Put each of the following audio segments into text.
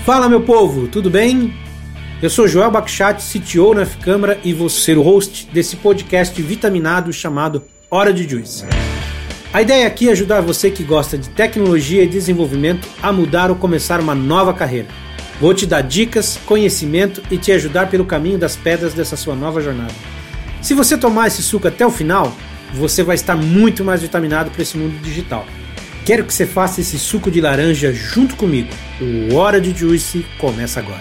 Fala, meu povo, tudo bem? Eu sou Joel Bacchatti, CTO na F-Câmara, e vou ser o host desse podcast vitaminado chamado Hora de Juice. A ideia aqui é ajudar você que gosta de tecnologia e desenvolvimento a mudar ou começar uma nova carreira. Vou te dar dicas, conhecimento e te ajudar pelo caminho das pedras dessa sua nova jornada. Se você tomar esse suco até o final, você vai estar muito mais vitaminado para esse mundo digital. Quero que você faça esse suco de laranja junto comigo. O Hora de Juice começa agora.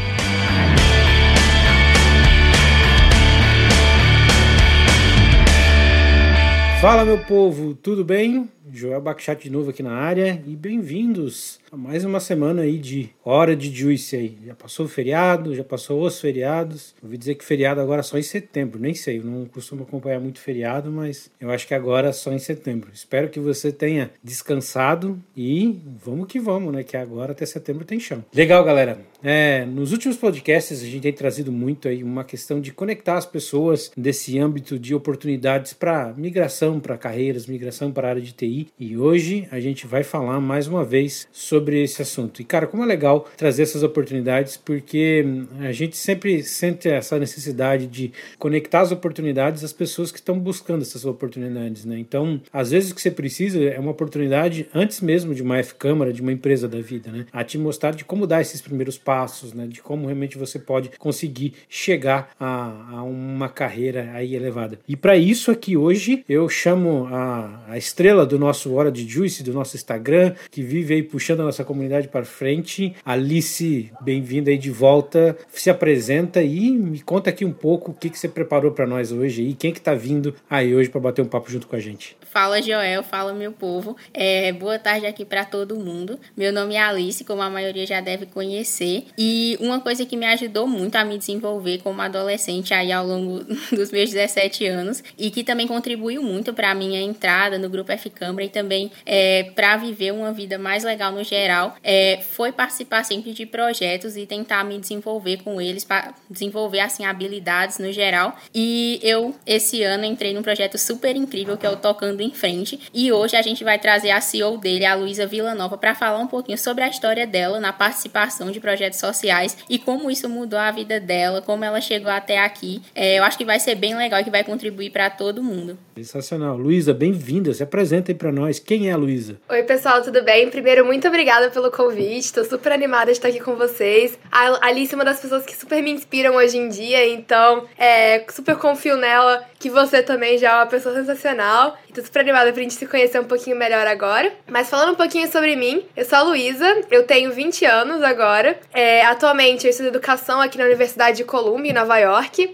Fala, meu povo, tudo bem? Joel Bacchatti de novo aqui na área e bem-vindos a mais uma semana aí de Hora de Juice aí. Já passou o feriado, já passou os feriados. Ouvi dizer que feriado agora é só em setembro, nem sei, eu não costumo acompanhar muito feriado, mas eu acho que agora é só em setembro. Espero que você tenha descansado e vamos que vamos, né? Que agora até setembro tem chão. Legal, galera. Nos últimos podcasts a gente tem trazido muito aí uma questão de conectar as pessoas desse âmbito de oportunidades para migração, para carreiras, migração para a área de TI. E hoje a gente vai falar mais uma vez sobre esse assunto. E cara, como é legal trazer essas oportunidades, porque a gente sempre sente essa necessidade de conectar as oportunidades às pessoas que estão buscando essas oportunidades, né? Então, às vezes o que você precisa é uma oportunidade antes mesmo de uma F-Câmara, de uma empresa da vida, né? A te mostrar de como dar esses primeiros passos, né? De como realmente você pode conseguir chegar a uma carreira aí elevada. E para isso aqui hoje eu chamo a estrela do nosso Hora de Juice, do nosso Instagram, que vive aí puxando a nossa comunidade para frente. Alice, bem-vinda aí de volta. Se apresenta e me conta aqui um pouco o que você preparou para nós hoje e quem que tá vindo aí hoje para bater um papo junto com a gente. Fala, Joel, fala, meu povo. Boa tarde aqui para todo mundo. Meu nome é Alice, como a maioria já deve conhecer. E uma coisa que me ajudou muito a me desenvolver como adolescente aí ao longo dos meus 17 anos e que também contribuiu muito para a minha entrada no Grupo F-Câmara e também para viver uma vida mais legal no geral, foi participar sempre de projetos e tentar me desenvolver com eles, para desenvolver assim habilidades no geral. E eu, esse ano, entrei num projeto super incrível que é o Tocando em Frente. E hoje a gente vai trazer a CEO dele, a Luísa Villanova, para falar um pouquinho sobre a história dela na participação de projetos sociais e como isso mudou a vida dela, como ela chegou até aqui. Eu acho que vai ser bem legal e que vai contribuir para todo mundo. Sensacional. Luísa, bem-vinda. Se apresenta aí para nós. Quem é a Luísa? Oi, pessoal, tudo bem? Primeiro, muito obrigada pelo convite. Estou super animada de estar aqui com vocês. A Alice é uma das pessoas que super me inspiram hoje em dia, então super confio nela, que você também já é uma pessoa sensacional. Estou super animada pra gente se conhecer um pouquinho melhor agora. Mas falando um pouquinho sobre mim, eu sou a Luísa, eu tenho 20 anos agora. Atualmente eu estudo educação aqui na Universidade de Columbia, em Nova York.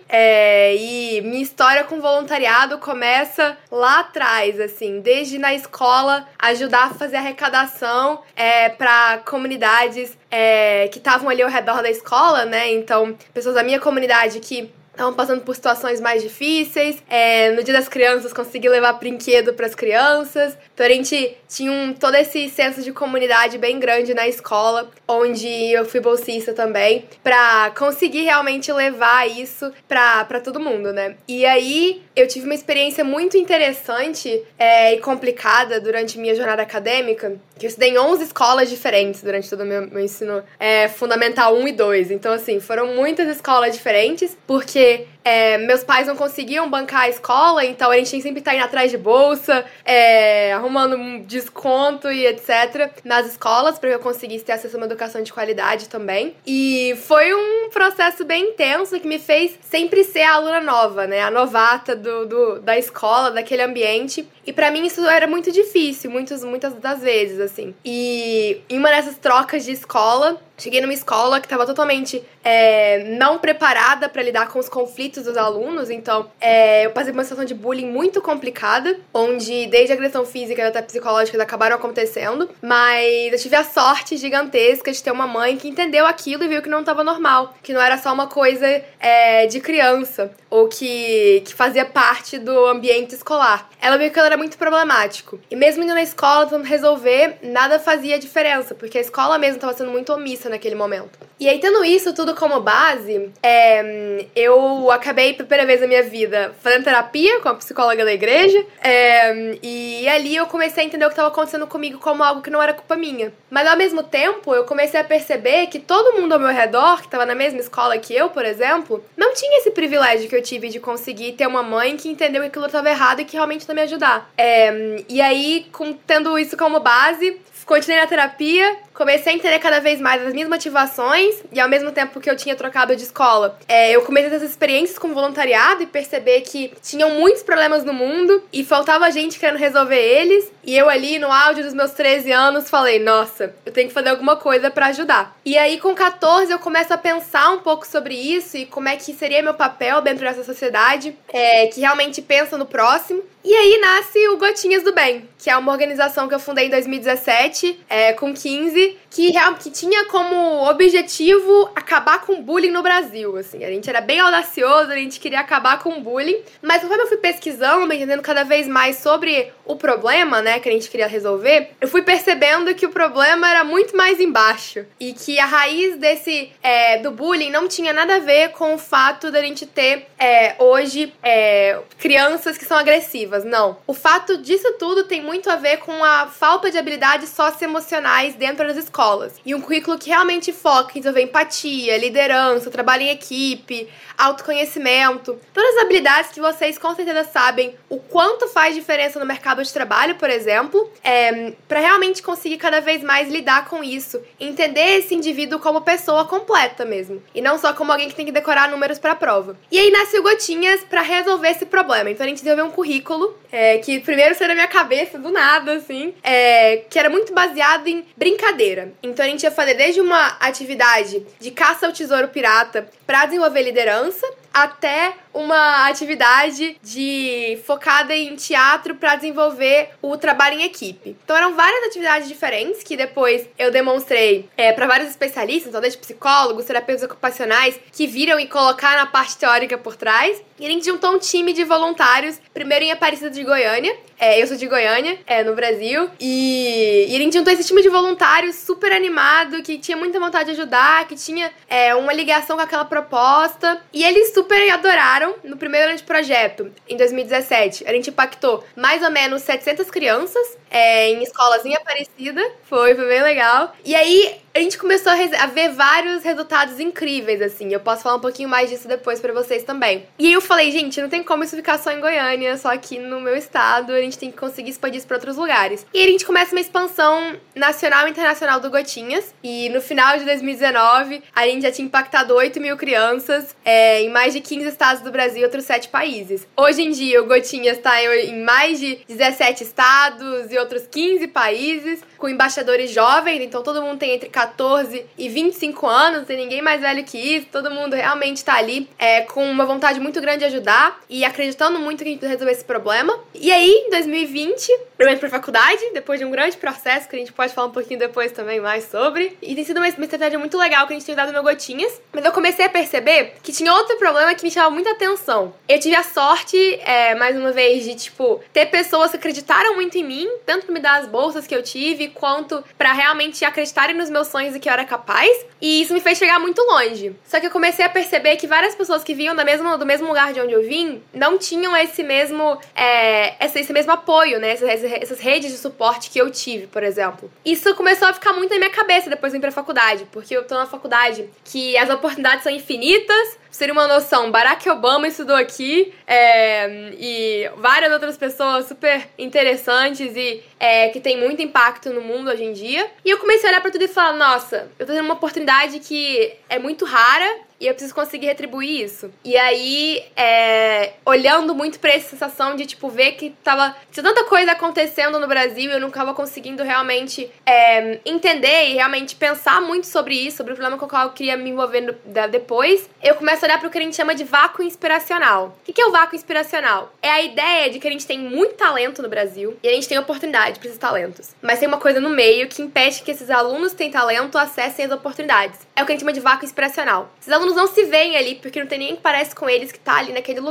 E minha história com voluntariado começa lá atrás, assim, desde na escola, ajudar a fazer arrecadação para comunidades que estavam ali ao redor da escola, né? Então, pessoas da minha comunidade que estavam passando por situações mais difíceis. No Dia das Crianças, consegui levar brinquedo para as crianças. Então, a gente tinha todo esse senso de comunidade bem grande na escola, onde eu fui bolsista também, para conseguir realmente levar isso para todo mundo, né? E aí, eu tive uma experiência muito interessante e complicada durante minha jornada acadêmica, que eu estudei em 11 escolas diferentes durante todo o meu ensino fundamental 1 e 2. Então, assim, foram muitas escolas diferentes, porque meus pais não conseguiam bancar a escola, então a gente tinha que sempre estar indo atrás de bolsa, arrumando um desconto e etc. nas escolas, para que eu conseguisse ter acesso a uma educação de qualidade também. E foi um processo bem intenso que me fez sempre ser a aluna nova, né? A novata da escola, daquele ambiente. E pra mim isso era muito difícil, muitas das vezes, assim. E em uma dessas trocas de escola, cheguei numa escola que estava totalmente não preparada para lidar com os conflitos dos alunos. Então, eu passei por uma situação de bullying muito complicada, onde desde a agressão física e até psicológica acabaram acontecendo. Mas eu tive a sorte gigantesca de ter uma mãe que entendeu aquilo e viu que não estava normal, que não era só uma coisa de criança, ou que fazia parte do ambiente escolar. Ela viu que ela era muito problemático. E mesmo indo na escola, tentando resolver, nada fazia diferença, porque a escola mesmo estava sendo muito omissa naquele momento. E aí, tendo isso tudo como base, eu acabei, pela primeira vez na minha vida, fazendo terapia com a psicóloga da igreja. E ali eu comecei a entender o que estava acontecendo comigo como algo que não era culpa minha. Mas, ao mesmo tempo, eu comecei a perceber que todo mundo ao meu redor, que estava na mesma escola que eu, por exemplo, não tinha esse privilégio que eu tive de conseguir ter uma mãe que entendeu que aquilo estava errado e que realmente não me ajudar. E aí, tendo isso como base, continuei na terapia, comecei a entender cada vez mais as minhas motivações e ao mesmo tempo que eu tinha trocado de escola, eu comecei a ter essas experiências com voluntariado e perceber que tinham muitos problemas no mundo e faltava gente querendo resolver eles. E eu ali, no auge dos meus 13 anos, falei, nossa, eu tenho que fazer alguma coisa pra ajudar. E aí, com 14, eu começo a pensar um pouco sobre isso e como é que seria meu papel dentro dessa sociedade que realmente pensa no próximo. E aí nasce o Gotinhas do Bem, que é uma organização que eu fundei em 2017, com 15, que tinha como objetivo acabar com o bullying no Brasil, assim. A gente era bem audacioso, a gente queria acabar com o bullying, mas conforme eu fui pesquisando, entendendo cada vez mais sobre o problema, né, que a gente queria resolver, eu fui percebendo que o problema era muito mais embaixo e que a raiz do bullying não tinha nada a ver com o fato da gente ter hoje crianças que são agressivas. Não. O fato disso tudo tem muito a ver com a falta de habilidades socioemocionais dentro das escolas. E um currículo que realmente foca em desenvolver empatia, liderança, trabalho em equipe, autoconhecimento. Todas as habilidades que vocês com certeza sabem o quanto faz diferença no mercado de trabalho, por exemplo, para realmente conseguir cada vez mais lidar com isso. Entender esse indivíduo como pessoa completa mesmo. E não só como alguém que tem que decorar números para a prova. E aí nasce o Gotinhas para resolver esse problema. Então a gente desenvolveu um currículo que primeiro saiu da minha cabeça, do nada, assim, que era muito baseado em brincadeira. Então a gente ia fazer desde uma atividade de caça ao tesouro pirata para desenvolver liderança, até uma atividade focada em teatro para desenvolver o trabalho em equipe. Então eram várias atividades diferentes que depois eu demonstrei para vários especialistas, então desde psicólogos, terapeutas ocupacionais, que viram e colocaram a parte teórica por trás. E a gente juntou um time de voluntários, primeiro em Aparecida de Goiânia, eu sou de Goiânia, no Brasil, e a gente juntou esse time de voluntários super animado, que tinha muita vontade de ajudar, que tinha uma ligação com aquela proposta, e eles super adoraram. No primeiro ano de projeto, em 2017, a gente impactou mais ou menos 700 crianças em escolas em Aparecida, foi bem legal, e aí a gente começou a ver vários resultados incríveis, assim. Eu posso falar um pouquinho mais disso depois pra vocês também. E aí eu falei, gente, não tem como isso ficar só em Goiânia, só aqui no meu estado. A gente tem que conseguir expandir isso pra outros lugares. E aí a gente começa uma expansão nacional e internacional do Gotinhas. E no final de 2019, a gente já tinha impactado 8 mil crianças em mais de 15 estados do Brasil e outros 7 países. Hoje em dia, o Gotinhas tá em mais de 17 estados e outros 15 países, com embaixadores jovens. Então todo mundo tem entre 14 e 25 anos, não tem ninguém mais velho que isso, todo mundo realmente tá ali com uma vontade muito grande de ajudar e acreditando muito que a gente precisa resolver esse problema. E aí, em 2020, eu entro pra faculdade, depois de um grande processo que a gente pode falar um pouquinho depois também mais sobre, e tem sido uma estratégia muito legal que a gente tem dado no Gotinhas, mas eu comecei a perceber que tinha outro problema que me chamava muita atenção. Eu tive a sorte, mais uma vez, de, ter pessoas que acreditaram muito em mim, tanto pra me dar as bolsas que eu tive, quanto pra realmente acreditarem nos meus sonhos e que eu era capaz, e isso me fez chegar muito longe. Só que eu comecei a perceber que várias pessoas que vinham do mesmo lugar de onde eu vim, não tinham esse mesmo apoio, né, essas redes de suporte que eu tive, por exemplo. Isso começou a ficar muito na minha cabeça depois de ir pra faculdade, porque eu tô na faculdade que as oportunidades são infinitas. Seria uma noção, Barack Obama estudou aqui, e várias outras pessoas super interessantes e que tem muito impacto no mundo hoje em dia. E eu comecei a olhar pra tudo e falar, nossa, eu tô tendo uma oportunidade que é muito rara e eu preciso conseguir retribuir isso. E aí, olhando muito pra essa sensação de, ver que tinha tanta coisa acontecendo no Brasil e eu não tava conseguindo realmente entender e realmente pensar muito sobre isso, sobre o problema com o qual eu queria me envolver depois, eu começo a olhar pro que a gente chama de vácuo inspiracional. O que é o vácuo inspiracional? É a ideia de que a gente tem muito talento no Brasil e a gente tem oportunidade pra esses talentos. Mas tem uma coisa no meio que impede que esses alunos que têm talento acessem as oportunidades. É o que a gente chama de vácuo inspiracional. Esses alunos não se veem ali porque não tem ninguém que parece com eles que tá ali naquele lugar.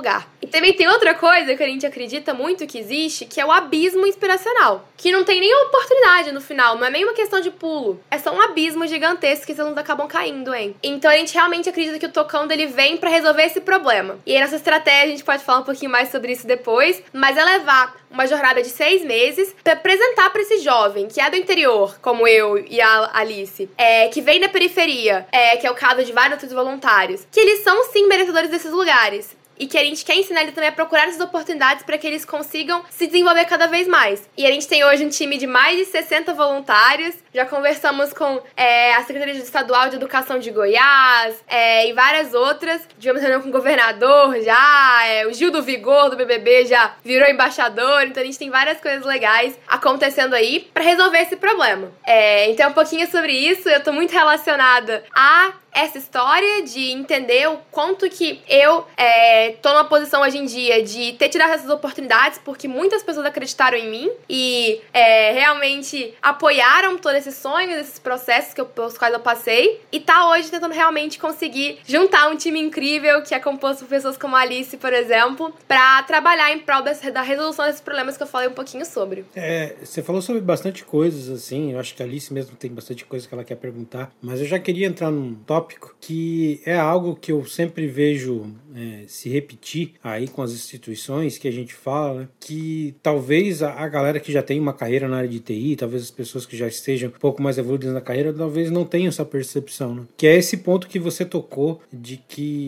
E também tem outra coisa que a gente acredita muito que existe, que é o abismo inspiracional. Que não tem nenhuma oportunidade no final, não é nem uma questão de pulo. É só um abismo gigantesco que os alunos acabam caindo, hein? Então a gente realmente acredita que o Tocando, ele vem pra resolver esse problema. E aí nessa estratégia, a gente pode falar um pouquinho mais sobre isso depois, mas é levar uma jornada de 6 meses pra apresentar pra esse jovem, que é do interior, como eu e a Alice, que vem da periferia, que é o caso de vários outros voluntários, que eles são sim merecedores desses lugares. E que a gente quer ensinar ele também a procurar essas oportunidades para que eles consigam se desenvolver cada vez mais. E a gente tem hoje um time de mais de 60 voluntários. Já conversamos com a Secretaria Estadual de Educação de Goiás e várias outras. Tivemos reunião com o governador já, o Gil do Vigor, do BBB, já virou embaixador. Então a gente tem várias coisas legais acontecendo aí para resolver esse problema. Então um pouquinho sobre isso. Eu tô muito relacionada a essa história de entender o quanto que eu tô numa posição hoje em dia de ter tirado essas oportunidades, porque muitas pessoas acreditaram em mim e realmente apoiaram todos esses sonhos, esses processos pelos quais eu passei, e tá hoje tentando realmente conseguir juntar um time incrível que é composto por pessoas como a Alice, por exemplo, pra trabalhar em prol da resolução desses problemas que eu falei um pouquinho sobre. Você falou sobre bastante coisas, assim, eu acho que a Alice mesmo tem bastante coisa que ela quer perguntar, mas eu já queria entrar num tópico que é algo que eu sempre vejo se repetir aí com as instituições que a gente fala, né? Que talvez a galera que já tem uma carreira na área de TI, talvez as pessoas que já estejam um pouco mais evoluídas na carreira, talvez não tenham essa percepção, né? Que é esse ponto que você tocou de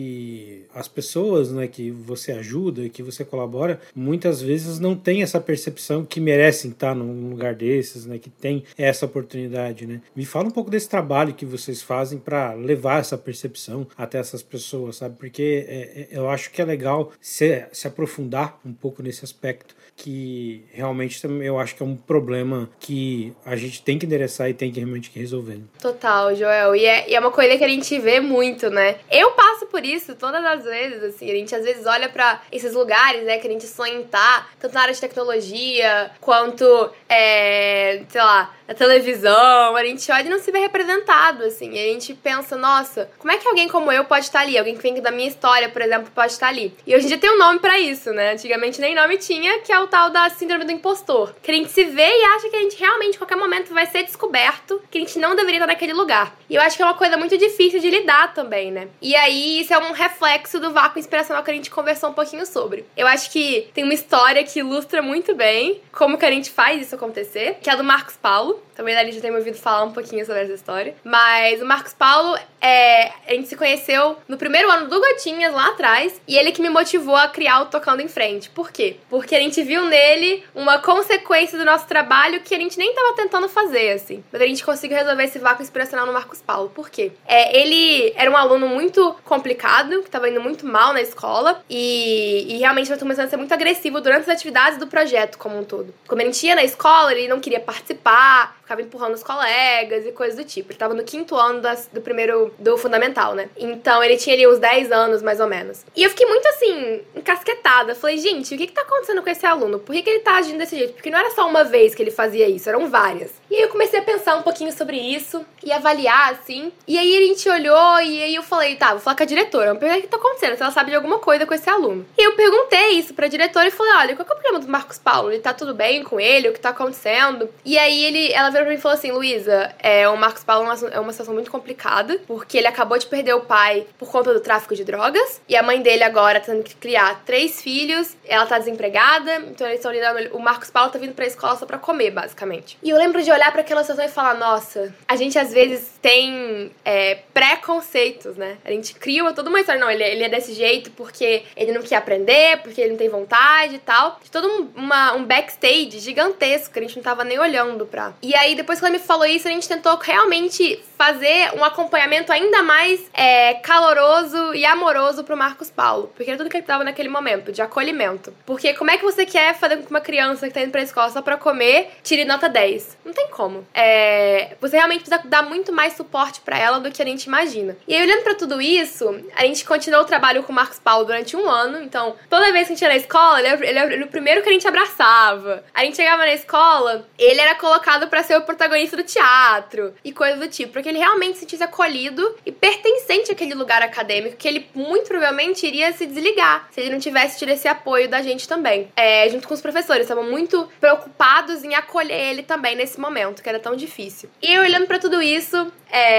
que as pessoas, né, que você ajuda, que você colabora, muitas vezes não têm essa percepção que merecem estar num lugar desses, né, que tem essa oportunidade, né? Me fala um pouco desse trabalho que vocês fazem para levar essa percepção até essas pessoas, sabe? Porque eu acho que é legal se aprofundar um pouco nesse aspecto, que realmente eu acho que é um problema que a gente tem que endereçar e tem que realmente resolver. Total, Joel. E é uma coisa que a gente vê muito, né? Eu passo por isso todas as vezes, assim. A gente às vezes olha pra esses lugares, né, que a gente sonha em estar, tanto na área de tecnologia, quanto, sei lá, na televisão. A gente olha e não se vê representado, assim. E a gente pensa, nossa, como é que alguém como eu pode estar ali? Alguém que vem da minha história, por exemplo, pode estar ali. E hoje em dia tem um nome pra isso, né? Antigamente nem nome tinha, que é o tal da síndrome do impostor. Que a gente se vê e acha que a gente realmente, em qualquer momento, vai ser descoberto, que a gente não deveria estar naquele lugar. E eu acho que é uma coisa muito difícil de lidar também, né? E aí, isso é um reflexo do vácuo inspiracional que a gente conversou um pouquinho sobre. Eu acho que tem uma história que ilustra muito bem como que a gente faz isso acontecer, que é a do Marcos Paulo. Também a gente já tem me ouvido falar um pouquinho sobre essa história. Mas o Marcos Paulo, a gente se conheceu no primeiro ano do Gotinhas, lá atrás, e ele que me motivou a criar o Tocando em Frente. Por quê? Porque a gente viu nele uma consequência do nosso trabalho que a gente nem tava tentando fazer, assim. Mas a gente conseguiu resolver esse vácuo inspiracional no Marcos Paulo. Por quê? Ele era um aluno muito complicado, que tava indo muito mal na escola, e realmente estava começando a ser muito agressivo durante as atividades do projeto como um todo. Quando a gente ia na escola, ele não queria participar, ficava empurrando os colegas e coisas do tipo. Ele tava no 5º ano do fundamental, né? Então ele tinha ali uns 10 anos, mais ou menos. E eu fiquei muito assim, encasquetada. Falei, gente, o que tá acontecendo com esse aluno? Por que ele tá agindo desse jeito? Porque não era só uma vez que ele fazia isso, eram várias. E aí eu comecei a pensar um pouquinho sobre isso e avaliar, assim. E aí a gente olhou e aí eu falei, tá, vou falar com a diretora. Vou perguntar o que tá acontecendo, se ela sabe de alguma coisa com esse aluno. E eu perguntei isso pra diretora e falei, olha, qual que é o problema do Marcos Paulo? Ele tá tudo bem com ele? O que tá acontecendo? E aí ela virou pra mim e falou assim, Luísa, o Marcos Paulo é uma situação muito complicada, porque ele acabou de perder o pai por conta do tráfico de drogas, e a mãe dele agora tá tendo que criar 3 filhos, ela tá desempregada, então eles estão lidando, o Marcos Paulo tá vindo pra escola só pra comer, basicamente. E eu lembro de olhar pra aquela situação e falar, nossa, a gente às vezes tem preconceitos, né? A gente cria toda uma história, não, ele é desse jeito porque ele não quer aprender, porque ele não tem vontade e tal. De todo um backstage gigantesco que a gente não tava nem olhando pra. E aí, depois que ela me falou isso, a gente tentou realmente fazer um acompanhamento ainda mais caloroso e amoroso pro Marcos Paulo. Porque era tudo que ele tava naquele momento, de acolhimento. Porque como é que você quer fazer com que uma criança que tá indo pra escola só pra comer tire nota 10? Não tem como. Você realmente precisa dar muito mais suporte pra ela do que a gente imagina. E aí, olhando pra tudo isso, a gente continuou o trabalho com o Marcos Paulo durante 1 ano. Então, toda vez que a gente ia na escola, ele era o primeiro que a gente abraçava. A gente chegava na escola, ele era colocado pra ser o protagonista do teatro e coisa do tipo, pra que ele realmente se sentisse acolhido e pertencente àquele lugar acadêmico, que ele muito provavelmente iria se desligar se ele não tivesse tido esse apoio da gente também. Junto com os professores, estavam muito preocupados em acolher ele também nesse momento, que era tão difícil. E eu olhando pra tudo isso,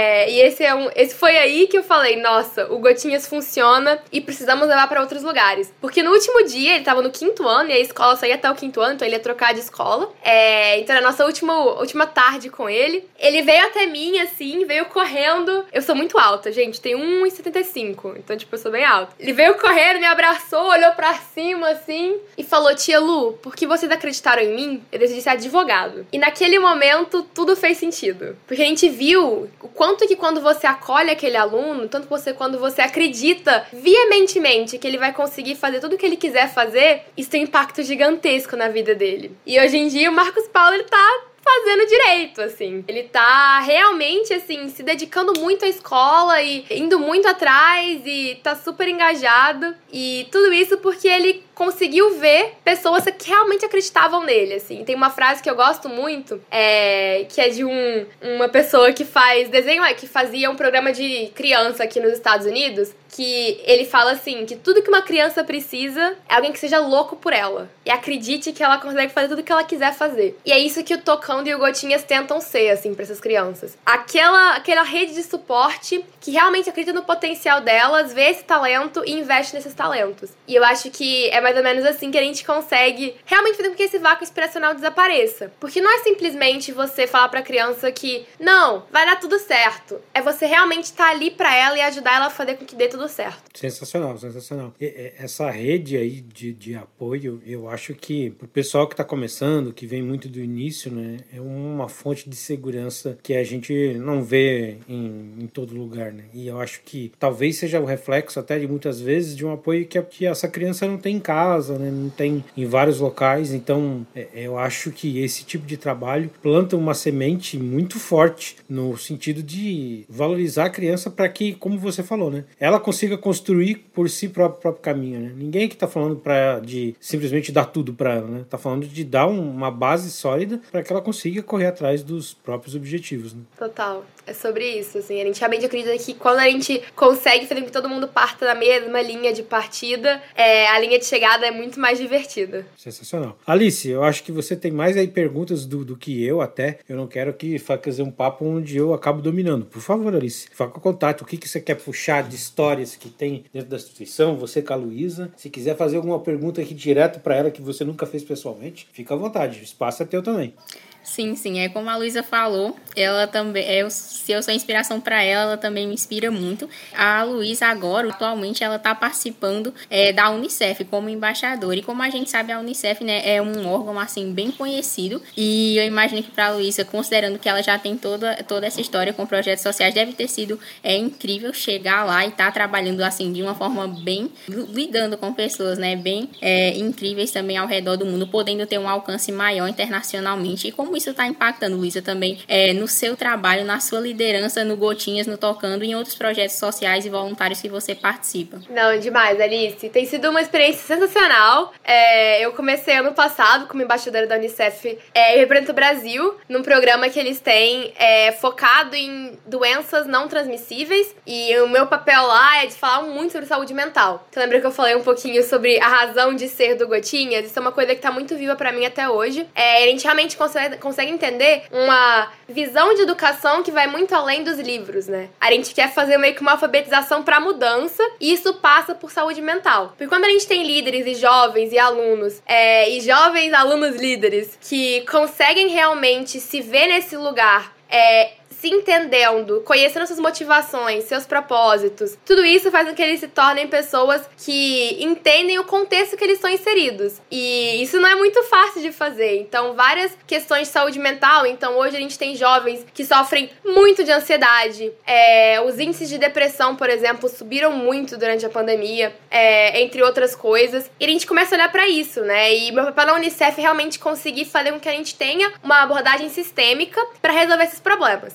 e esse foi aí que eu falei, nossa, o Gotinhas funciona e precisamos levar pra outros lugares. Porque no último dia, ele tava no 5º ano, e a escola só ia até o 5º ano, então ele ia trocar de escola. Então na nossa última tarde com ele, ele veio até mim, assim, veio correndo. Eu sou muito alta, gente, tenho 1,75, então tipo, eu sou bem alta. Ele veio correndo, me abraçou, olhou pra cima, assim, e falou, tia Lu, por que vocês acreditaram em mim? Eu decidi ser advogado. E naquele momento, tudo fez sentido. Porque a gente viu o quanto que quando você acolhe aquele aluno, tanto quando você acredita veementemente que ele vai conseguir fazer tudo o que ele quiser fazer, isso tem um impacto gigantesco na vida dele. E hoje em dia o Marcos Paulo, ele tá fazendo direito, assim. Ele tá realmente, assim, se dedicando muito à escola e indo muito atrás e tá super engajado. E tudo isso porque ele conseguiu ver pessoas que realmente acreditavam nele, assim. Tem uma frase que eu gosto muito, que é de uma pessoa que faz desenho, que fazia um programa de criança aqui nos Estados Unidos, que ele fala assim, que tudo que uma criança precisa é alguém que seja louco por ela. E acredite que ela consegue fazer tudo que ela quiser fazer. E é isso que o Tocando e o Gotinhas tentam ser, assim, pra essas crianças. Aquela rede de suporte que realmente acredita no potencial delas, vê esse talento e investe nesses talentos. E eu acho que é mais ou menos assim que a gente consegue realmente fazer com que esse vácuo inspiracional desapareça. Porque não é simplesmente você falar pra criança que, não, vai dar tudo certo. É você realmente estar ali pra ela e ajudar ela a fazer com que dê tudo certo. Sensacional, sensacional. Essa rede aí de apoio, eu acho que pro pessoal que tá começando, que vem muito do início, né, é uma fonte de segurança que a gente não vê em todo lugar, né? E eu acho que talvez seja o reflexo até de muitas vezes de um apoio que essa criança não tem em casa, né? Não tem em vários locais. Então, eu acho que esse tipo de trabalho planta uma semente muito forte no sentido de valorizar a criança para que, como você falou, né, ela consiga construir por si próprio caminho, né? Ninguém aqui tá falando de simplesmente dar tudo para ela, né? Tá falando de dar uma base sólida para que ela consiga correr atrás dos próprios objetivos, né? Total. É sobre isso, assim. A gente realmente acredita que quando a gente consegue fazer com que todo mundo parta da mesma linha de partida, a linha de chegada é muito mais divertida. Sensacional. Alice, eu acho que você tem mais aí perguntas do que eu até. Eu não quero fazer um papo onde eu acabo dominando. Por favor, Alice, faça o contato. O que você quer puxar de histórias que tem dentro da instituição, você com a Luísa. Se quiser fazer alguma pergunta aqui direto para ela que você nunca fez pessoalmente, fica à vontade. O espaço é teu também. Sim, é como a Luísa falou, ela também, se eu sou inspiração para ela também me inspira muito. A Luísa agora, atualmente, ela está participando da Unicef como embaixadora, e como a gente sabe, a Unicef, né, é um órgão, assim, bem conhecido, e eu imagino que para a Luísa, considerando que ela já tem toda essa história com projetos sociais, deve ter sido incrível chegar lá e estar trabalhando, assim, de uma forma bem, lidando com pessoas, né, bem incríveis também ao redor do mundo, podendo ter um alcance maior internacionalmente. E como isso está impactando, Luísa, também no seu trabalho, na sua liderança, no Gotinhas, no Tocando e em outros projetos sociais e voluntários que você participa? Não, demais, Alice. Tem sido uma experiência sensacional. Eu comecei ano passado como embaixadora da Unicef em Represento o Brasil, num programa que eles têm focado em doenças não transmissíveis, e o meu papel lá é de falar muito sobre saúde mental. Você lembra que eu falei um pouquinho sobre a razão de ser do Gotinhas? Isso é uma coisa que tá muito viva pra mim até hoje. A gente realmente consegue entender uma visão de educação que vai muito além dos livros, né? A gente quer fazer meio que uma alfabetização pra mudança, e isso passa por saúde mental. Porque quando a gente tem líderes e jovens e alunos, e jovens alunos líderes que conseguem realmente se ver nesse lugar, se entendendo, conhecendo suas motivações, seus propósitos, tudo isso faz com que eles se tornem pessoas que entendem o contexto que eles estão inseridos. E isso não é muito fácil de fazer. Então, várias questões de saúde mental. Então, hoje a gente tem jovens que sofrem muito de ansiedade. Os índices de depressão, por exemplo, subiram muito durante a pandemia, entre outras coisas. E a gente começa a olhar pra isso, né? E meu papel na Unicef é realmente conseguir fazer com que a gente tenha uma abordagem sistêmica pra resolver esses problemas.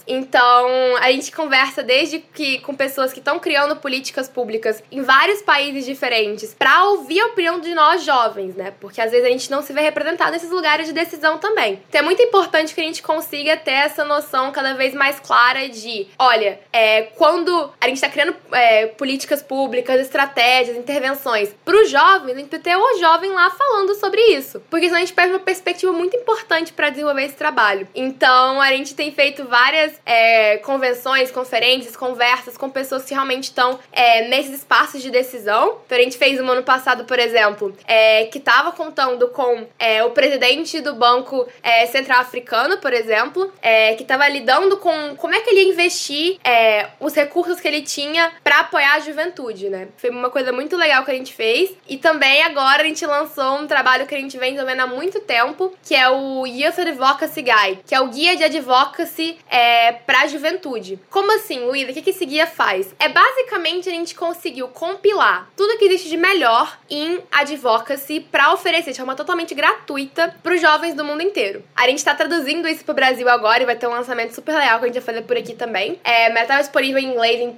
Então, a gente conversa com pessoas que estão criando políticas públicas em vários países diferentes pra ouvir a opinião de nós jovens, né? Porque às vezes a gente não se vê representado nesses lugares de decisão também. Então é muito importante que a gente consiga ter essa noção cada vez mais clara de, olha, quando a gente tá criando políticas públicas, estratégias, intervenções pros jovens, a gente precisa ter o jovem lá falando sobre isso. Porque senão a gente perde uma perspectiva muito importante pra desenvolver esse trabalho. Então, a gente tem feito várias convenções, conferências, conversas com pessoas que realmente estão nesses espaços de decisão. Então, a gente fez um ano passado, por exemplo, que estava contando com o presidente do Banco Central Africano, por exemplo, que estava lidando com como é que ele ia investir os recursos que ele tinha para apoiar a juventude, né? Foi uma coisa muito legal que a gente fez. E também agora a gente lançou um trabalho que a gente vem desenvolvendo há muito tempo, que é o Youth Advocacy Guide, que é o guia de advocacy pra juventude. Como assim, Luísa? O que esse guia faz? Basicamente a gente conseguiu compilar tudo que existe de melhor em advocacy pra oferecer de forma totalmente gratuita pros jovens do mundo inteiro. A gente tá traduzindo isso pro Brasil agora e vai ter um lançamento super legal que a gente vai fazer por aqui também. Mas tá disponível em inglês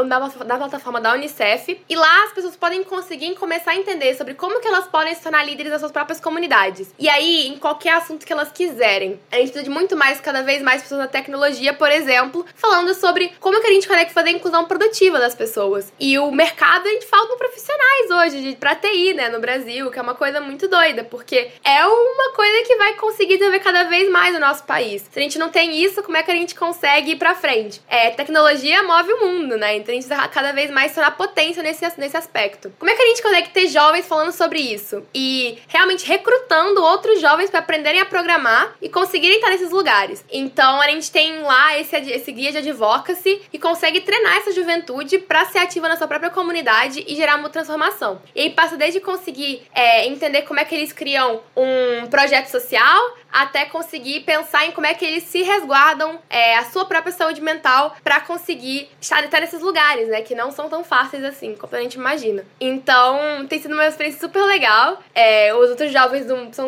na plataforma da Unicef. E lá as pessoas podem conseguir começar a entender sobre como que elas podem se tornar líderes das suas próprias comunidades. E aí, em qualquer assunto que elas quiserem. A gente precisa de muito mais, cada vez mais pessoas na tecnologia, por exemplo, falando sobre como que a gente consegue fazer a inclusão produtiva das pessoas. E o mercado, a gente falta profissionais hoje pra TI, né, no Brasil, que é uma coisa muito doida, porque é uma coisa que vai conseguir desenvolver cada vez mais o nosso país. Se a gente não tem isso, como é que a gente consegue ir pra frente? Tecnologia move o mundo, né? Então a gente precisa cada vez mais tornar potência nesse aspecto. Como é que a gente consegue ter jovens falando sobre isso? E realmente recrutando outros jovens para aprenderem a programar e conseguirem estar nesses lugares. Então a gente tem lá esse guia de advocacy que consegue treinar essa juventude para ser ativa na sua própria comunidade e gerar uma transformação. E aí passa desde conseguir entender como é que eles criam um projeto social até conseguir pensar em como é que eles se resguardam a sua própria saúde mental para conseguir estar nesses lugares, né, que não são tão fáceis assim, como a gente imagina. Então, tem sido uma experiência super legal. Os outros jovens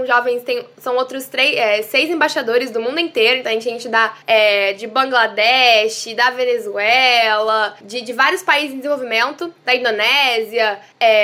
são outros 6 embaixadores do mundo inteiro. Então, a gente dá de Bangladesh, da Venezuela, de vários países em desenvolvimento, da Indonésia,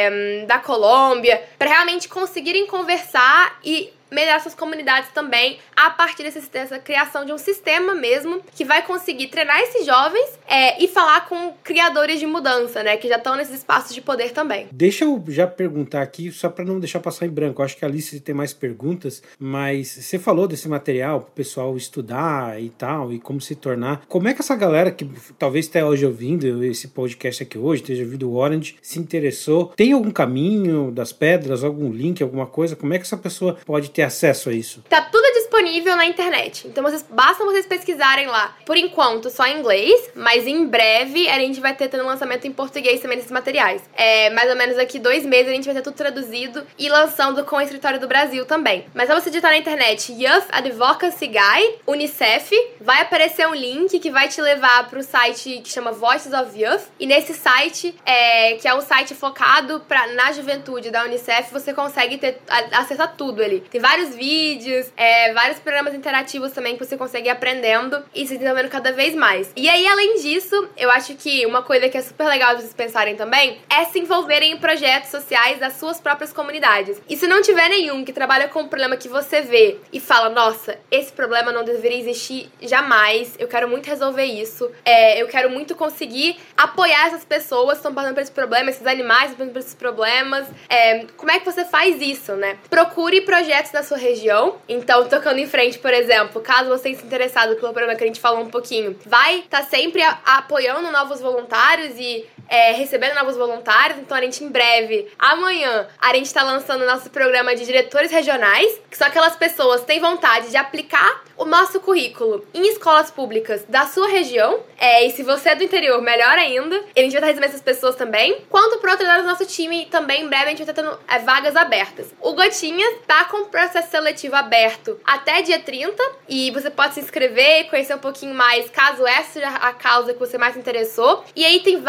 da Colômbia, para realmente conseguirem conversar e melhorar suas comunidades também a partir dessa criação de um sistema mesmo que vai conseguir treinar esses jovens e falar com criadores de mudança, né, que já estão nesses espaços de poder também. Deixa eu já perguntar aqui, só para não deixar passar em branco, eu acho que a Alice tem mais perguntas, mas você falou desse material para o pessoal estudar e tal, e como se tornar. Como é que essa galera que talvez esteja hoje ouvindo esse podcast aqui hoje, esteja ouvindo o Orange, se interessou? Tem algum caminho das pedras, algum link, alguma coisa? Como é que essa pessoa pode ter acesso a isso? Tá tudo disponível na internet. Então basta vocês pesquisarem lá. Por enquanto, só em inglês, mas em breve a gente vai ter um lançamento em português também desses materiais. Mais ou menos daqui 2 meses a gente vai ter tudo traduzido e lançando com o Escritório do Brasil também. Mas só você digitar na internet Youth Advocacy Guide, Unicef, vai aparecer um link que vai te levar pro site que chama Voices of Youth. E nesse site, que é um site focado na juventude da Unicef, você consegue ter acesso a tudo ali. Tem vários vídeos, vários programas interativos também que você consegue ir aprendendo e se desenvolvendo cada vez mais. E aí, além disso, eu acho que uma coisa que é super legal de vocês pensarem também é se envolverem em projetos sociais das suas próprias comunidades. E se não tiver nenhum que trabalha com um problema que você vê e fala, nossa, esse problema não deveria existir jamais, eu quero muito resolver isso, eu quero muito conseguir apoiar essas pessoas que estão passando por esse problema, esses animais que estão passando por esses problemas, como é que você faz isso, né? Procure projetos da sua região. Então, tocando em frente, por exemplo, caso você esteja interessado pelo programa que a gente falou um pouquinho, vai estar sempre apoiando novos voluntários e recebendo novos voluntários. Então, a gente em breve, amanhã, a gente está lançando o nosso programa de diretores regionais, que são aquelas pessoas que têm vontade de aplicar o nosso currículo em escolas públicas da sua região. E se você é do interior, melhor ainda. E a gente vai estar recebendo essas pessoas também. Quanto pro outro lado do nosso time, também em breve a gente vai estar tendo vagas abertas. O Gotinhas tá com o processo seletivo aberto até dia 30. E você pode se inscrever e conhecer um pouquinho mais, caso essa seja a causa que você mais se interessou. E aí tem vários outros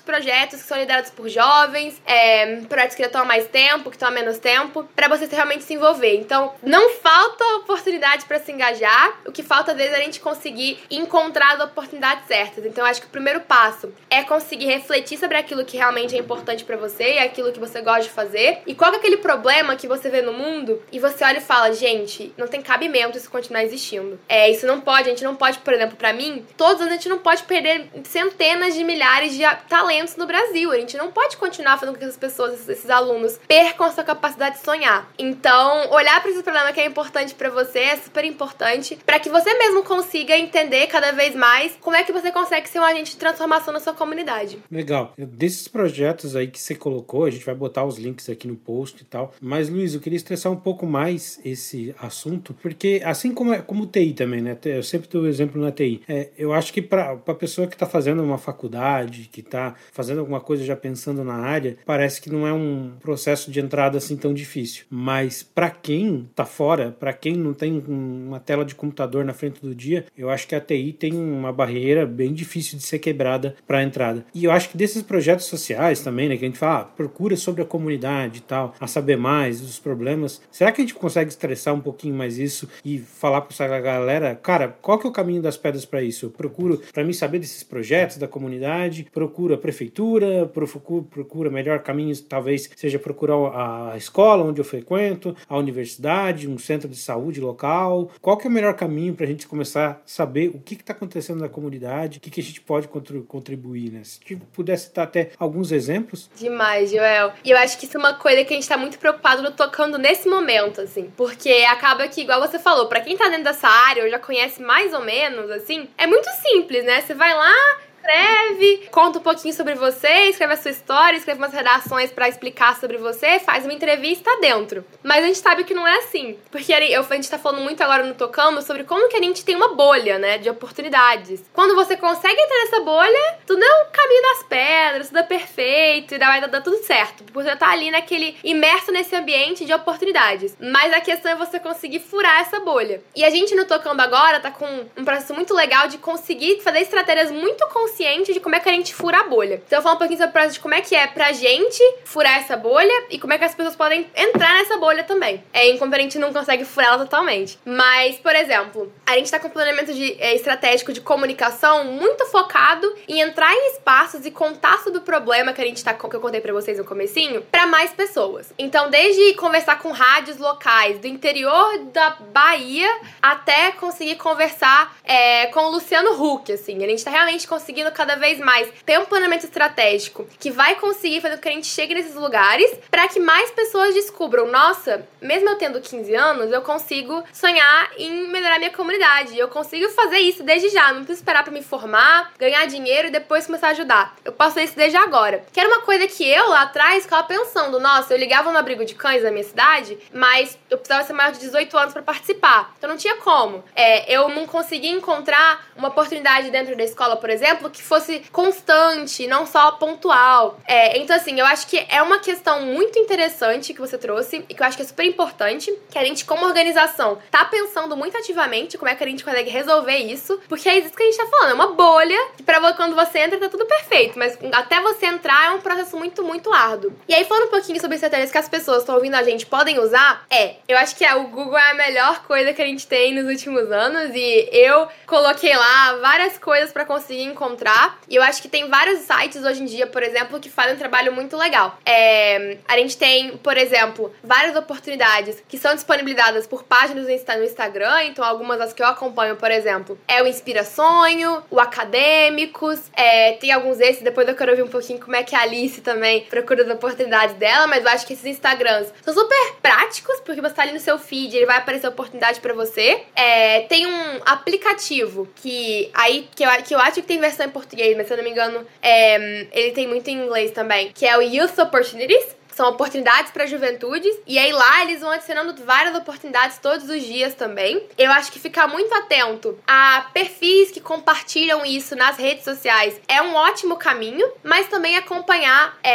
projetos que são liderados por jovens, projetos que já estão há mais tempo, que estão há menos tempo, pra você realmente se envolver. Então, não falta oportunidade pra se engajar, o que falta às vezes é a gente conseguir encontrar as oportunidades certas. Então, eu acho que o primeiro passo é conseguir refletir sobre aquilo que realmente é importante pra você e aquilo que você gosta de fazer, e qual é aquele problema que você vê no mundo e você olha e fala, gente, não tem cabimento isso continuar existindo. Isso não pode, a gente não pode, por exemplo, pra mim, todos os anos a gente não pode perder centenas de milhares de talentos no Brasil. A gente não pode continuar fazendo com que essas pessoas, esses alunos, percam a sua capacidade de sonhar. Então, olhar pra esse problema que é importante pra você é super importante, pra que você mesmo consiga entender cada vez mais como é que você consegue ser um agente de transformação na sua comunidade. Legal. Desses projetos aí que você colocou, a gente vai botar os links aqui no post e tal, mas Luiz, eu queria estressar um pouco mais esse assunto, porque assim como TI também, né? Eu sempre dou o exemplo na TI. Eu acho que para a pessoa que está fazendo uma faculdade, que está fazendo alguma coisa já pensando na área, parece que não é um processo de entrada assim tão difícil. Mas para quem está fora, para quem não tem uma tela de computador na frente do dia, eu acho que a TI tem uma barreira bem difícil de ser quebrada para a entrada. E eu acho que desses projetos sociais também, né, que a gente fala, procura sobre a comunidade e tal, a saber mais dos problemas, será que a gente consegue estressar um pouquinho mais isso e falar para essa galera, cara, qual que é o caminho das pedras para isso? Eu procuro, para mim saber desses projetos da comunidade, procuro a prefeitura, procura melhor caminhos, talvez seja procurar a escola onde eu frequento, a universidade, um centro de saúde local. Qual que é o melhor caminho para a gente começar a saber o que está acontecendo na comunidade, o que a gente pode contribuir, né? Se pudesse citar até alguns exemplos. Demais, Joel. E eu acho que isso é uma coisa que a gente tá muito preocupado no tocando nesse momento, assim. Porque acaba que, igual você falou, pra quem tá dentro dessa área ou já conhece mais ou menos, assim, é muito simples, né? Você vai lá, escreve, conta um pouquinho sobre você, escreve a sua história, escreve umas redações pra explicar sobre você, faz uma entrevista dentro. Mas a gente sabe que não é assim. Porque a gente tá falando muito agora no Tocando sobre como que a gente tem uma bolha, né, de oportunidades. Quando você consegue entrar nessa bolha, tudo é um caminho das pedras, tudo é perfeito, e vai dar tudo certo. Porque você tá ali imerso nesse ambiente de oportunidades. Mas a questão é você conseguir furar essa bolha. E a gente no Tocando agora tá com um processo muito legal de conseguir fazer estratégias muito consciente de como é que a gente fura a bolha. Então eu vou falar um pouquinho sobre o processo de como é que é pra gente furar essa bolha e como é que as pessoas podem entrar nessa bolha também. Enquanto a gente não consegue furar ela totalmente. Mas, por exemplo, a gente tá com um planejamento estratégico de comunicação muito focado em entrar em espaços e contar sobre o problema que que eu contei pra vocês no comecinho, pra mais pessoas. Então, desde conversar com rádios locais do interior da Bahia até conseguir conversar com o Luciano Huck, assim. A gente tá realmente conseguindo cada vez mais ter um planejamento estratégico que vai conseguir fazer com que a gente chegue nesses lugares pra que mais pessoas descubram, nossa, mesmo eu tendo 15 anos, eu consigo sonhar em melhorar minha comunidade. Eu consigo fazer isso desde já. Não preciso esperar pra me formar, ganhar dinheiro e depois começar a ajudar. Eu posso fazer isso desde agora. Que era uma coisa que eu, lá atrás, ficava pensando, nossa, eu ligava no abrigo de cães da minha cidade, mas eu precisava ser maior de 18 anos pra participar. Então não tinha como. Eu não conseguia encontrar uma oportunidade dentro da escola, por exemplo, que fosse constante, não só pontual. Então, assim, eu acho que é uma questão muito interessante que você trouxe e que eu acho que é super importante, que a gente, como organização, tá pensando muito ativamente como é que a gente consegue resolver isso, porque é isso que a gente tá falando, é uma bolha que quando você entra tá tudo perfeito, mas até você entrar é um processo muito, muito árduo. E aí, falando um pouquinho sobre estratégias que as pessoas estão ouvindo a gente podem usar, eu acho que o Google é a melhor coisa que a gente tem nos últimos anos e eu coloquei lá várias coisas pra conseguir encontrar. E eu acho que tem vários sites hoje em dia, por exemplo, que fazem um trabalho muito legal. A gente tem, por exemplo, várias oportunidades que são disponibilizadas por páginas no Instagram. Então, algumas das que eu acompanho, por exemplo, é o Inspira Sonho, o Acadêmicos, tem alguns desses, depois eu quero ouvir um pouquinho como é que a Alice também procura as oportunidades dela, mas eu acho que esses Instagrams são super práticos, porque você tá ali no seu feed, ele vai aparecer oportunidade pra você. Tem um aplicativo que eu acho que tem versão em português, mas se eu não me engano, ele tem muito em inglês também, que é o Youth Opportunities. São oportunidades para juventudes. E aí lá eles vão adicionando várias oportunidades todos os dias também. Eu acho que ficar muito atento a perfis que compartilham isso nas redes sociais é um ótimo caminho. Mas também acompanhar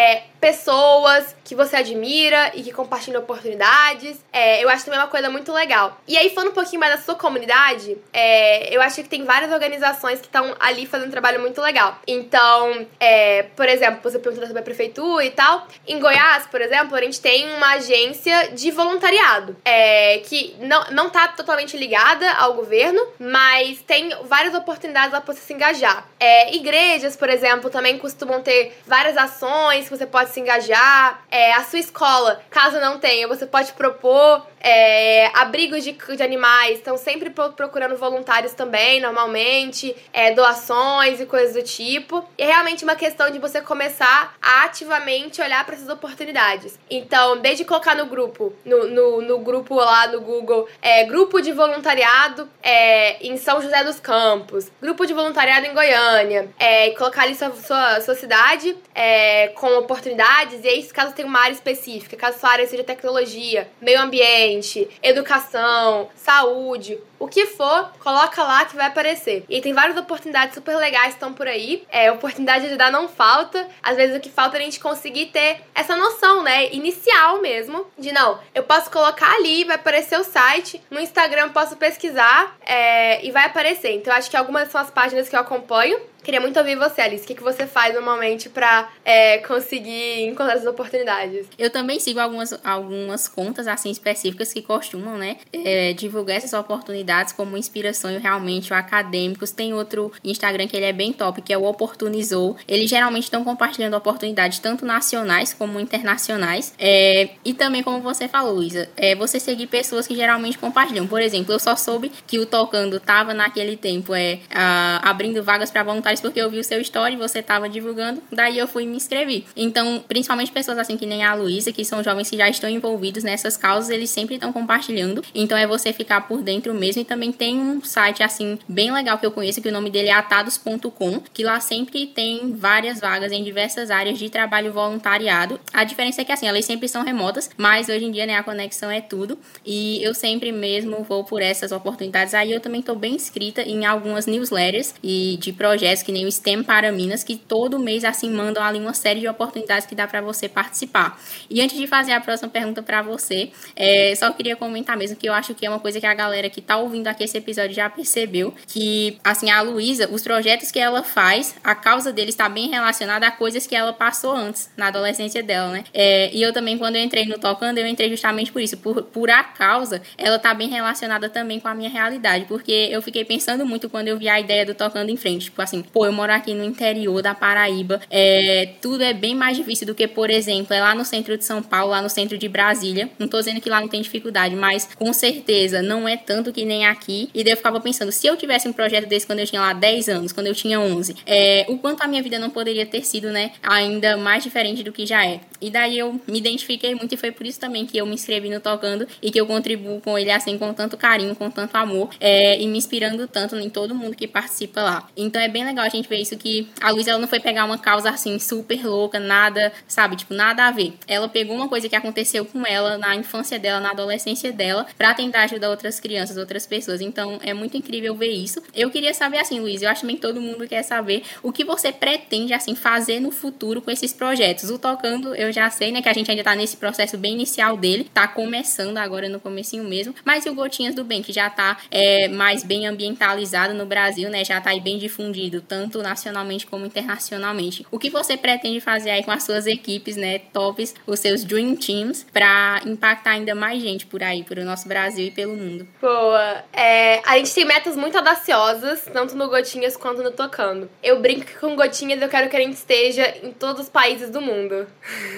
pessoas que você admira e que compartilham oportunidades. Eu acho também uma coisa muito legal. E aí, falando um pouquinho mais da sua comunidade, eu acho que tem várias organizações que estão ali fazendo um trabalho muito legal. Então, por exemplo, você perguntou sobre a prefeitura e tal. Em Goiás, por exemplo, a gente tem uma agência de voluntariado, que não tá totalmente ligada ao governo, mas tem várias oportunidades lá pra você se engajar. Igrejas, por exemplo, também costumam ter várias ações que você pode se engajar. A sua escola, caso não tenha, você pode propor abrigos de animais, estão sempre procurando voluntários também, normalmente, doações e coisas do tipo. E é realmente uma questão de você começar a ativamente olhar para essas oportunidades. Então, desde colocar no grupo, no grupo lá no Google, grupo de voluntariado em São José dos Campos, grupo de voluntariado em Goiânia, colocar ali sua cidade com oportunidades, e aí, caso tenha uma área específica, caso sua área seja tecnologia, meio ambiente, educação, saúde, o que for, coloca lá que vai aparecer. E tem várias oportunidades super legais que estão por aí. Oportunidade de ajudar não falta. Às vezes o que falta é a gente conseguir ter essa noção, né, inicial mesmo, de não, eu posso colocar ali, vai aparecer o site, no Instagram eu posso pesquisar e vai aparecer. Então eu acho que algumas são as páginas que eu acompanho. Queria muito ouvir você, Alice. O que você faz normalmente pra conseguir encontrar essas oportunidades? Eu também sigo algumas contas assim específicas que costumam, né, divulgar essas oportunidades como inspiração realmente o acadêmicos. Tem outro Instagram que ele é bem top, que é o Oportunizou. Eles geralmente estão compartilhando oportunidades tanto nacionais como internacionais. E também, como você falou, Luísa, você seguir pessoas que geralmente compartilham. Por exemplo, eu só soube que o Tocando tava naquele tempo abrindo vagas para voluntários porque eu vi o seu story, você tava divulgando, daí eu fui e me inscrevi. Então, principalmente pessoas assim que nem a Luísa, que são jovens que já estão envolvidos nessas causas, eles sempre estão compartilhando. Então é você ficar por dentro mesmo. E também tem um site assim bem legal que eu conheço, que o nome dele é atados.com, que lá sempre tem várias vagas em diversas áreas de trabalho voluntariado. A diferença é que assim, elas sempre são remotas, mas hoje em dia, né, a conexão é tudo. E eu sempre mesmo vou por essas oportunidades. Aí eu também tô bem inscrita em algumas newsletters e de projetos que nem o STEM para Minas, que todo mês assim mandam ali uma série de oportunidades que dá para você participar. E antes de fazer a próxima pergunta para você, só queria comentar mesmo que eu acho que é uma coisa que a galera que tá ouvindo aqui esse episódio já percebeu, que assim, a Luísa, os projetos que ela faz, a causa deles está bem relacionada a coisas que ela passou antes, na adolescência dela, né? E eu também, quando eu entrei no Tocando, eu entrei justamente por isso, por a causa, ela tá bem relacionada também com a minha realidade, porque eu fiquei pensando muito quando eu vi a ideia do Tocando em Frente, tipo assim, eu moro aqui no interior da Paraíba, tudo é bem mais difícil do que, por exemplo, lá no centro de São Paulo, lá no centro de Brasília. Não tô dizendo que lá não tem dificuldade, mas com certeza não é tanto que nem aqui. E daí eu ficava pensando, se eu tivesse um projeto desse quando eu tinha lá 10 anos, quando eu tinha 11, o quanto a minha vida não poderia ter sido, né, ainda mais diferente do que já é. E daí eu me identifiquei muito e foi por isso também que eu me inscrevi no Tocando e que eu contribuo com ele assim, com tanto carinho, com tanto amor, e me inspirando tanto em todo mundo que participa lá. Então é bem legal a gente ver isso, que a Luísa, ela não foi pegar uma causa assim super louca, nada, sabe, tipo, nada a ver. Ela pegou uma coisa que aconteceu com ela na infância dela, na adolescência dela, pra tentar ajudar outras crianças, outras pessoas. Então é muito incrível ver isso. Eu queria saber assim, Luísa, eu acho também que todo mundo quer saber o que você pretende assim fazer no futuro com esses projetos. O Tocando, eu já sei, né, que a gente ainda tá nesse processo bem inicial dele, tá começando agora no comecinho mesmo, mas e o Gotinhas do Bem, que já tá mais bem ambientalizado no Brasil, né, já tá aí bem difundido, tanto nacionalmente como internacionalmente. O que você pretende fazer aí com as suas equipes, né, tops, os seus Dream Teams, pra impactar ainda mais gente por aí, por o nosso Brasil e pelo mundo? Boa. A gente tem metas muito audaciosas, tanto no Gotinhas quanto no Tocando. Eu brinco que com Gotinhas eu quero que a gente esteja em todos os países do mundo.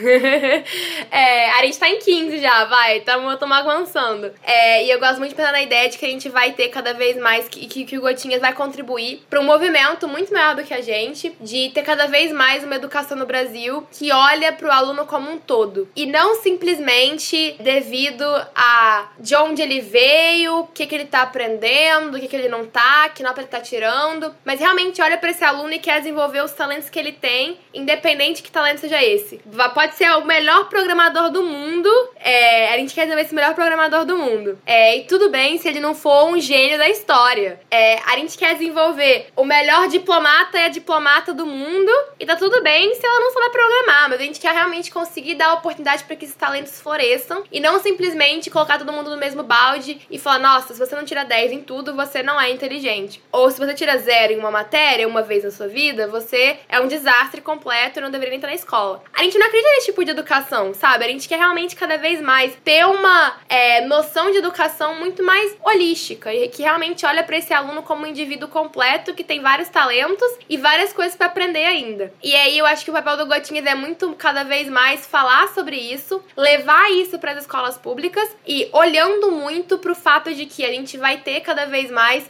A gente tá em 15 já, vai, estamos avançando. E eu gosto muito de pensar na ideia de que a gente vai ter cada vez mais, que o Gotinhas vai contribuir para um movimento muito maior do que a gente, de ter cada vez mais uma educação no Brasil que olha pro aluno como um todo. E não simplesmente devido a de onde ele veio, o que ele tá aprendendo, o que ele não tá, que nota ele tá tirando, mas realmente olha pra esse aluno e quer desenvolver os talentos que ele tem, independente que talento seja esse. pode ser o melhor programador do mundo, a gente quer desenvolver esse melhor programador do mundo. E tudo bem se ele não for um gênio da história. A gente quer desenvolver o melhor diplomata e a diplomata do mundo, e tá tudo bem se ela não souber programar, mas a gente quer realmente conseguir dar a oportunidade para que esses talentos floresçam, e não simplesmente colocar todo mundo no mesmo balde e falar, nossa, se você não tira 10 em tudo, você não é inteligente. Ou se você tira 0 em uma matéria, uma vez na sua vida, você é um desastre completo e não deveria entrar na escola. A gente não acredita nesse tipo de educação, sabe? A gente quer realmente cada vez mais ter uma noção de educação muito mais holística, e que realmente olha para esse aluno como um indivíduo completo, que tem vários talentos e várias coisas para aprender ainda. E aí eu acho que o papel do Gotinhas é muito, cada vez mais, falar sobre isso, levar isso para as escolas públicas e olhando muito pro fato de que a gente vai ter cada vez mais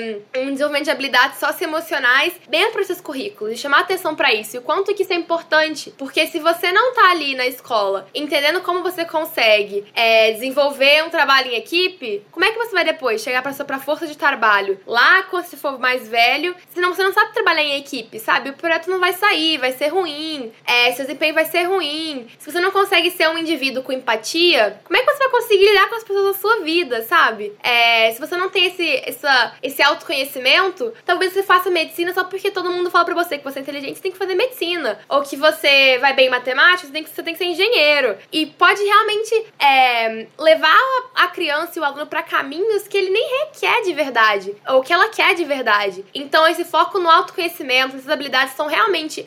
um desenvolvimento de habilidades socioemocionais dentro desses currículos, e chamar atenção para isso, e o quanto que isso é importante, porque se você não tá ali na escola entendendo como você consegue desenvolver um trabalho em equipe, como é que você vai depois chegar pra força de trabalho lá quando você for mais velho, senão você não sabe trabalhar em equipe, sabe? O projeto não vai sair, vai ser ruim, seu desempenho vai ser ruim. Se você não consegue ser um indivíduo com empatia, como é que você vai conseguir lidar com as pessoas da sua vida, sabe? Se você não tem esse autoconhecimento, talvez você faça medicina só porque todo mundo fala pra você que você é inteligente, você tem que fazer medicina. Ou que você vai bem em matemática, você tem que ser engenheiro. E pode realmente levar a criança e o aluno pra caminhos que ele nem requer de verdade, ou que ela quer de verdade. Então esse foco no autoconhecimento, essas habilidades são realmente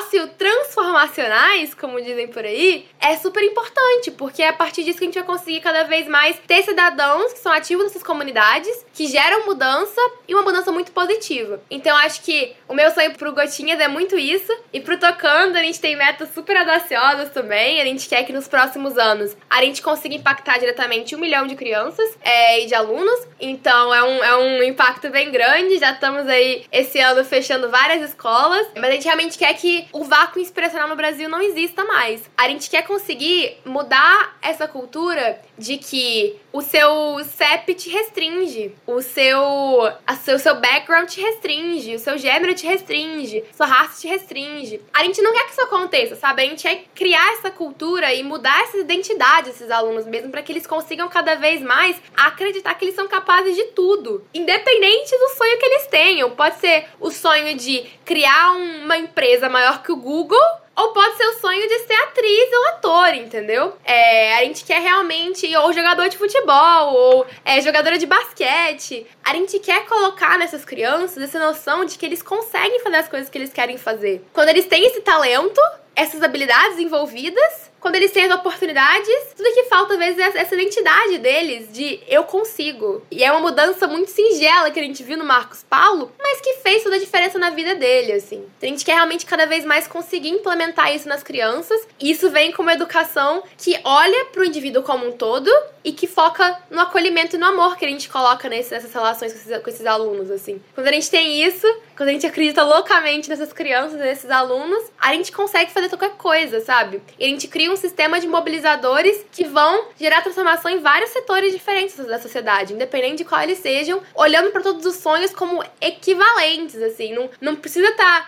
sociotransformacionais, como dizem por aí, é super importante, porque é a partir disso que a gente vai conseguir cada vez mais ter cidadãos que são ativos nessas comunidades, que geram mudança, e uma mudança muito positiva. Então acho que o meu sonho pro Gotinhas é muito isso, e pro Tocando a gente tem metas super audaciosas também. A gente quer que nos próximos anos a gente consiga impactar diretamente 1 milhão de crianças e de alunos, então é um impacto bem grande. Já estamos aí esse ano fechando várias escolas, mas a gente realmente quer que o vácuo inspiracional no Brasil não exista mais. A gente quer conseguir mudar essa cultura de que o seu CEP te restringe, o seu background te restringe, o seu gênero te restringe, sua raça te restringe. A gente não quer que isso aconteça, sabe? A gente quer criar essa cultura e mudar essa identidade desses alunos mesmo, para que eles consigam cada vez mais acreditar que eles são capazes de tudo, independente do sonho que eles tenham. Pode ser o sonho de criar uma empresa maior que o Google, ou pode ser o sonho de ser atriz ou ator, entendeu? A gente quer realmente, ou jogador de futebol, ou jogadora de basquete. A gente quer colocar nessas crianças essa noção de que eles conseguem fazer as coisas que eles querem fazer. Quando eles têm esse talento, essas habilidades envolvidas, quando eles têm as oportunidades, tudo que falta, às vezes, é essa identidade deles de eu consigo. E é uma mudança muito singela que a gente viu no Marcos Paulo, mas que fez toda a diferença na vida dele, assim. Então, a gente quer realmente cada vez mais conseguir implementar isso nas crianças. E isso vem com uma educação que olha pro indivíduo como um todo e que foca no acolhimento e no amor que a gente coloca nessas relações com esses alunos, assim. Quando a gente tem isso, quando a gente acredita loucamente nessas crianças, nesses alunos, a gente consegue fazer qualquer coisa, sabe? E a gente cria um sistema de mobilizadores que vão gerar transformação em vários setores diferentes da sociedade, independente de qual eles sejam, olhando para todos os sonhos como equivalentes, assim. Não precisa estar,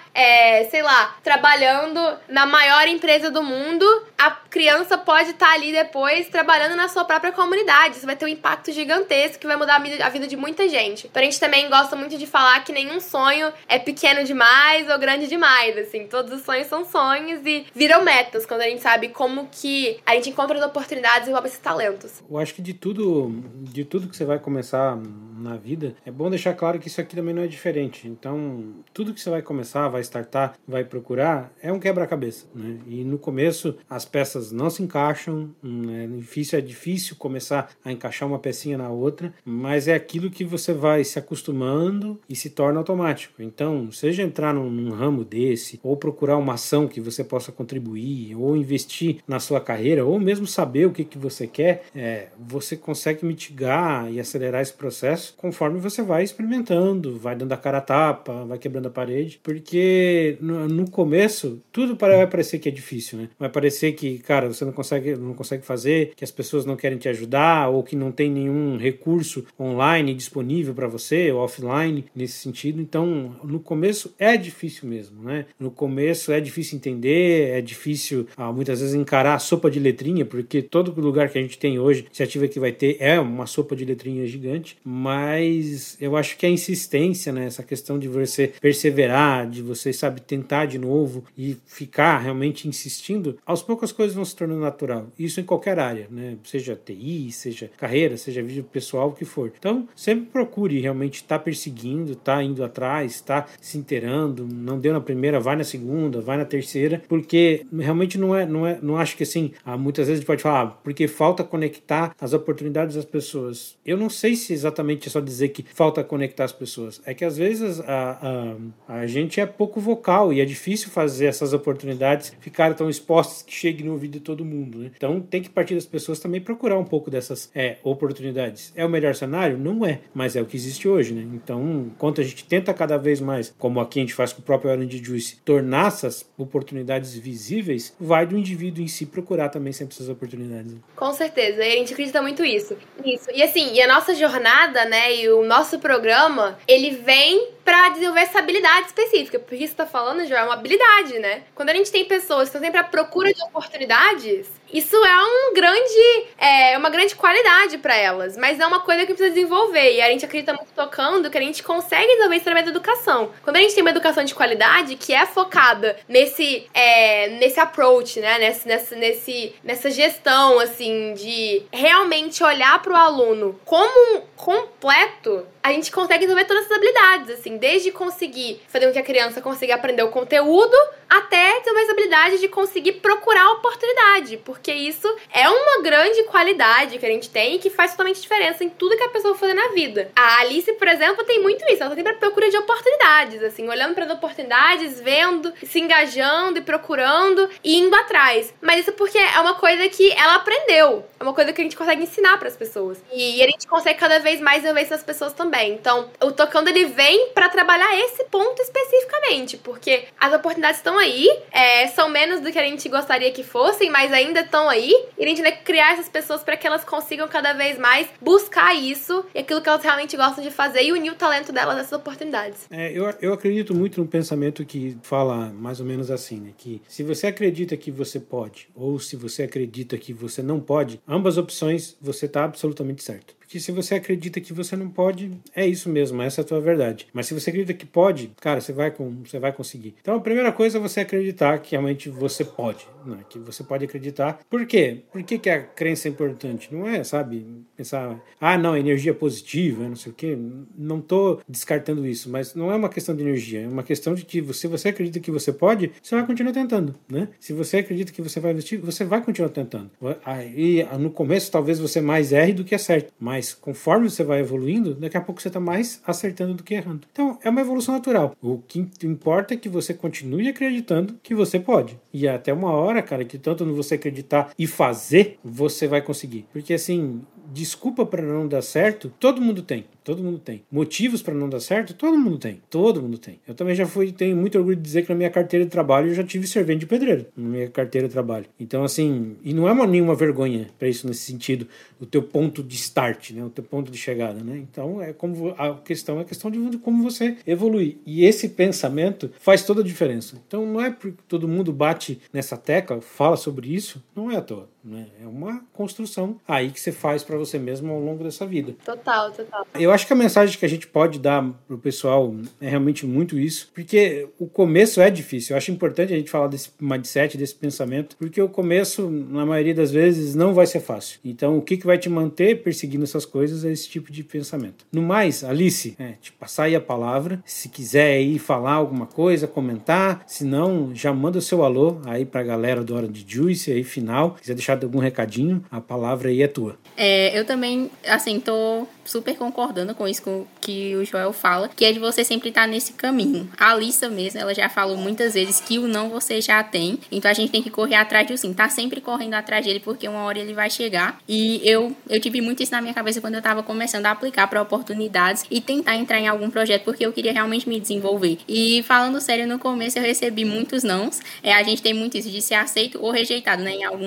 trabalhando na maior empresa do mundo. A criança pode estar ali depois trabalhando na sua própria comunidade. Isso vai ter um impacto gigantesco que vai mudar a vida de muita gente. Então a gente também gosta muito de falar que nenhum sonho é pequeno demais ou grande demais, assim. Todos os sonhos são sonhos e viram metas quando a gente sabe como que a gente encontra as oportunidades e desenvolve esses talentos. Eu acho que de tudo que você vai começar na vida, é bom deixar claro que isso aqui também não é diferente. Então, tudo que você vai começar, vai startar, vai procurar, é um quebra-cabeça, né? E no começo, as peças não se encaixam, é difícil começar a encaixar uma pecinha na outra, mas é aquilo que você vai se acostumando e se torna automático. Então, seja entrar num ramo desse, ou procurar uma ação que você possa contribuir, ou investir na sua carreira, ou mesmo saber o que você quer, você consegue mitigar e acelerar esse processo conforme você vai experimentando, vai dando a cara a tapa, vai quebrando a parede, porque no começo tudo vai parecer que é difícil, né? Vai parecer que, cara, você não consegue fazer, que as pessoas não querem te ajudar, ou que não tem nenhum recurso online disponível para você, ou offline, nesse sentido. Então, no começo é difícil mesmo, né? No começo é difícil entender, é difícil muitas vezes encarar a sopa de letrinha, porque todo lugar que a gente tem hoje, iniciativa que vai ter é uma sopa de letrinha gigante, mas eu acho que a insistência, né, essa questão de você perseverar, de você, sabe, tentar de novo e ficar realmente insistindo, aos poucos as coisas vão se tornando natural. Isso em qualquer área, né, seja TI, seja carreira, seja vídeo pessoal, o que for. Então, sempre procure realmente estar perseguindo, estar indo atrás, estar se inteirando, não deu na primeira, vai na segunda, vai na terceira, porque realmente não acho que assim, muitas vezes a gente pode falar, porque falta conectar as oportunidades das pessoas. Eu não sei se exatamente é só dizer que falta conectar as pessoas, é que às vezes a gente é pouco vocal e é difícil fazer essas oportunidades ficarem tão expostas que cheguem no ouvido de todo mundo, né? Então tem que partir das pessoas também procurar um pouco dessas oportunidades. É o melhor cenário? Não é, mas é o que existe hoje, né? Então, enquanto a gente tenta cada vez mais, como aqui a gente faz com o próprio Orange Juice, tornar essas oportunidades visíveis, vai do indivíduo em si procurar também sempre essas oportunidades. Com certeza, e a gente acredita muito nisso. E assim, e a nossa jornada, né, e o nosso programa, ele vem pra desenvolver essa habilidade específica, porque isso que você tá falando já é uma habilidade, né? Quando a gente tem pessoas que estão sempre à procura de oportunidades, isso é uma grande qualidade pra elas, mas é uma coisa que precisa desenvolver, e a gente acredita muito que a gente consegue desenvolver isso através da educação. Quando a gente tem uma educação de qualidade que é focada nesse approach, né, nessa gestão, assim, de realmente olhar pro aluno como um completo, a gente consegue desenvolver todas essas habilidades, assim, desde conseguir fazer com que a criança consiga aprender o conteúdo, até ter uma habilidade de conseguir procurar a oportunidade, porque isso é uma grande qualidade que a gente tem e que faz totalmente diferença em tudo que a pessoa vai fazer na vida. A Alice, por exemplo, tem muito isso, ela tá sempre à procura de oportunidades, assim, olhando para as oportunidades, vendo, se engajando e procurando e indo atrás. Mas isso porque é uma coisa que ela aprendeu, é uma coisa que a gente consegue ensinar para as pessoas. E a gente consegue cada vez mais desenvolver isso nas pessoas também. Então, o Tocando, ele vem para trabalhar esse ponto especificamente, porque as oportunidades estão aí, são menos do que a gente gostaria que fossem, mas ainda estão aí, e a gente vai criar essas pessoas para que elas consigam cada vez mais buscar isso e aquilo que elas realmente gostam de fazer e unir o talento delas nessas oportunidades. Eu acredito muito num pensamento que fala mais ou menos assim, né? Que se você acredita que você pode, ou se você acredita que você não pode, ambas opções você está absolutamente certo. Porque se você acredita que você não pode, é isso mesmo, essa é a tua verdade. Mas se você acredita que pode, cara, você vai conseguir. Então a primeira coisa é você acreditar que realmente você pode, né? Que você pode acreditar. Por quê? Por que a crença é importante? Não é, sabe, pensar, não, energia positiva, não sei o quê. Não tô descartando isso, mas não é uma questão de energia, é uma questão de que se você acredita que você pode, você vai continuar tentando, né? Se você acredita que você vai investir, você vai continuar tentando. Aí no começo talvez você mais erre do que acerte, mas conforme você vai evoluindo, daqui a pouco você está mais acertando do que errando. Então, é uma evolução natural. O que importa é que você continue acreditando que você pode. E até uma hora, cara, que tanto no você acreditar e fazer, você vai conseguir. Porque, assim, desculpa para não dar certo, todo mundo tem. Todo mundo tem. Motivos para não dar certo, todo mundo tem. Todo mundo tem. Eu também tenho muito orgulho de dizer que na minha carteira de trabalho eu já tive servente de pedreiro. Na minha carteira de trabalho. Então, assim, e não é nenhuma vergonha para isso nesse sentido, o teu ponto de start, né? O teu ponto de chegada, né? Então, a questão de como você evoluir. E esse pensamento faz toda a diferença. Então, não é porque todo mundo bate nessa tecla, fala sobre isso, não é à toa. Né? É uma construção aí que você faz para você mesmo ao longo dessa vida. Total. Eu acho que a mensagem que a gente pode dar pro pessoal é realmente muito isso, porque o começo é difícil. Eu acho importante a gente falar desse mindset, desse pensamento, porque o começo, na maioria das vezes, não vai ser fácil. Então, o que vai te manter perseguindo essas coisas é esse tipo de pensamento. No mais, Alice, te passar aí a palavra. Se quiser aí falar alguma coisa, comentar, se não, já manda o seu alô aí pra galera do Hora de Juice aí, final. Se quiser deixar algum recadinho, a palavra aí é tua. Eu também, assim, tô super concordando com isso que o Joel fala, que é de você sempre estar nesse caminho. A Alissa mesmo, ela já falou muitas vezes que o não você já tem, então a gente tem que correr atrás do sim, tá sempre correndo atrás dele, porque uma hora ele vai chegar. E eu tive muito isso na minha cabeça quando eu tava começando a aplicar para oportunidades e tentar entrar em algum projeto, porque eu queria realmente me desenvolver. E falando sério, no começo eu recebi muitos nãos. A gente tem muito isso de ser aceito ou rejeitado, né, em algum processo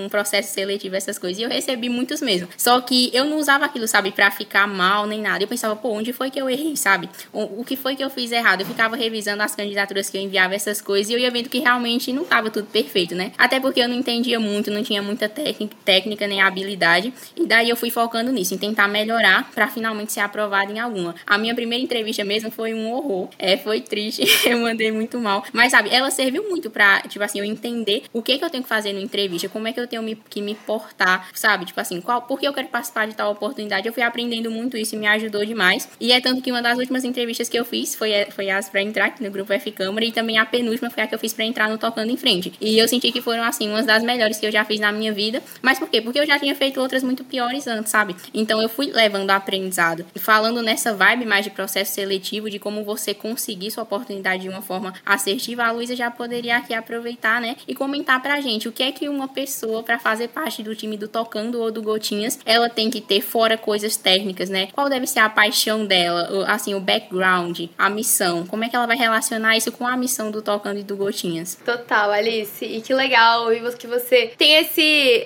processo seletivo, essas coisas. E eu recebi muitos mesmo. Só que eu não usava aquilo, sabe, pra ficar mal nem nada. Eu pensava, pô, onde foi que eu errei, sabe? O que foi que eu fiz errado? Eu ficava revisando as candidaturas que eu enviava, essas coisas, e eu ia vendo que realmente não tava tudo perfeito, né? Até porque eu não entendia muito, não tinha muita técnica nem habilidade. E daí eu fui focando nisso, em tentar melhorar pra finalmente ser aprovada em alguma. A minha primeira entrevista mesmo foi um horror. Foi triste, eu mandei muito mal. Mas, sabe, ela serviu muito pra, tipo assim, eu entender o que eu tenho que fazer na entrevista, como é que eu tenho que me portar, sabe? Tipo assim, por que eu quero participar de tal oportunidade? Eu fui aprendendo muito isso e me ajudou demais. E é tanto que uma das últimas entrevistas que eu fiz foi as pra entrar aqui no Grupo F Câmara, e também a penúltima foi a que eu fiz pra entrar no Tocando em Frente. E eu senti que foram, assim, umas das melhores que eu já fiz na minha vida. Mas por quê? Porque eu já tinha feito outras muito piores antes, sabe? Então eu fui levando aprendizado. E falando nessa vibe mais de processo seletivo, de como você conseguir sua oportunidade de uma forma assertiva, a Luísa já poderia aqui aproveitar, né? E comentar pra gente o que é que uma pessoa, pra fazer parte do time do Tocando ou do Gotinhas, ela tem que ter fora coisas técnicas, né? Qual deve ser a paixão dela, assim, o background, a missão, como é que ela vai relacionar isso com a missão do Tocando e do Gotinhas? Total, Alice, e que legal que você tem esse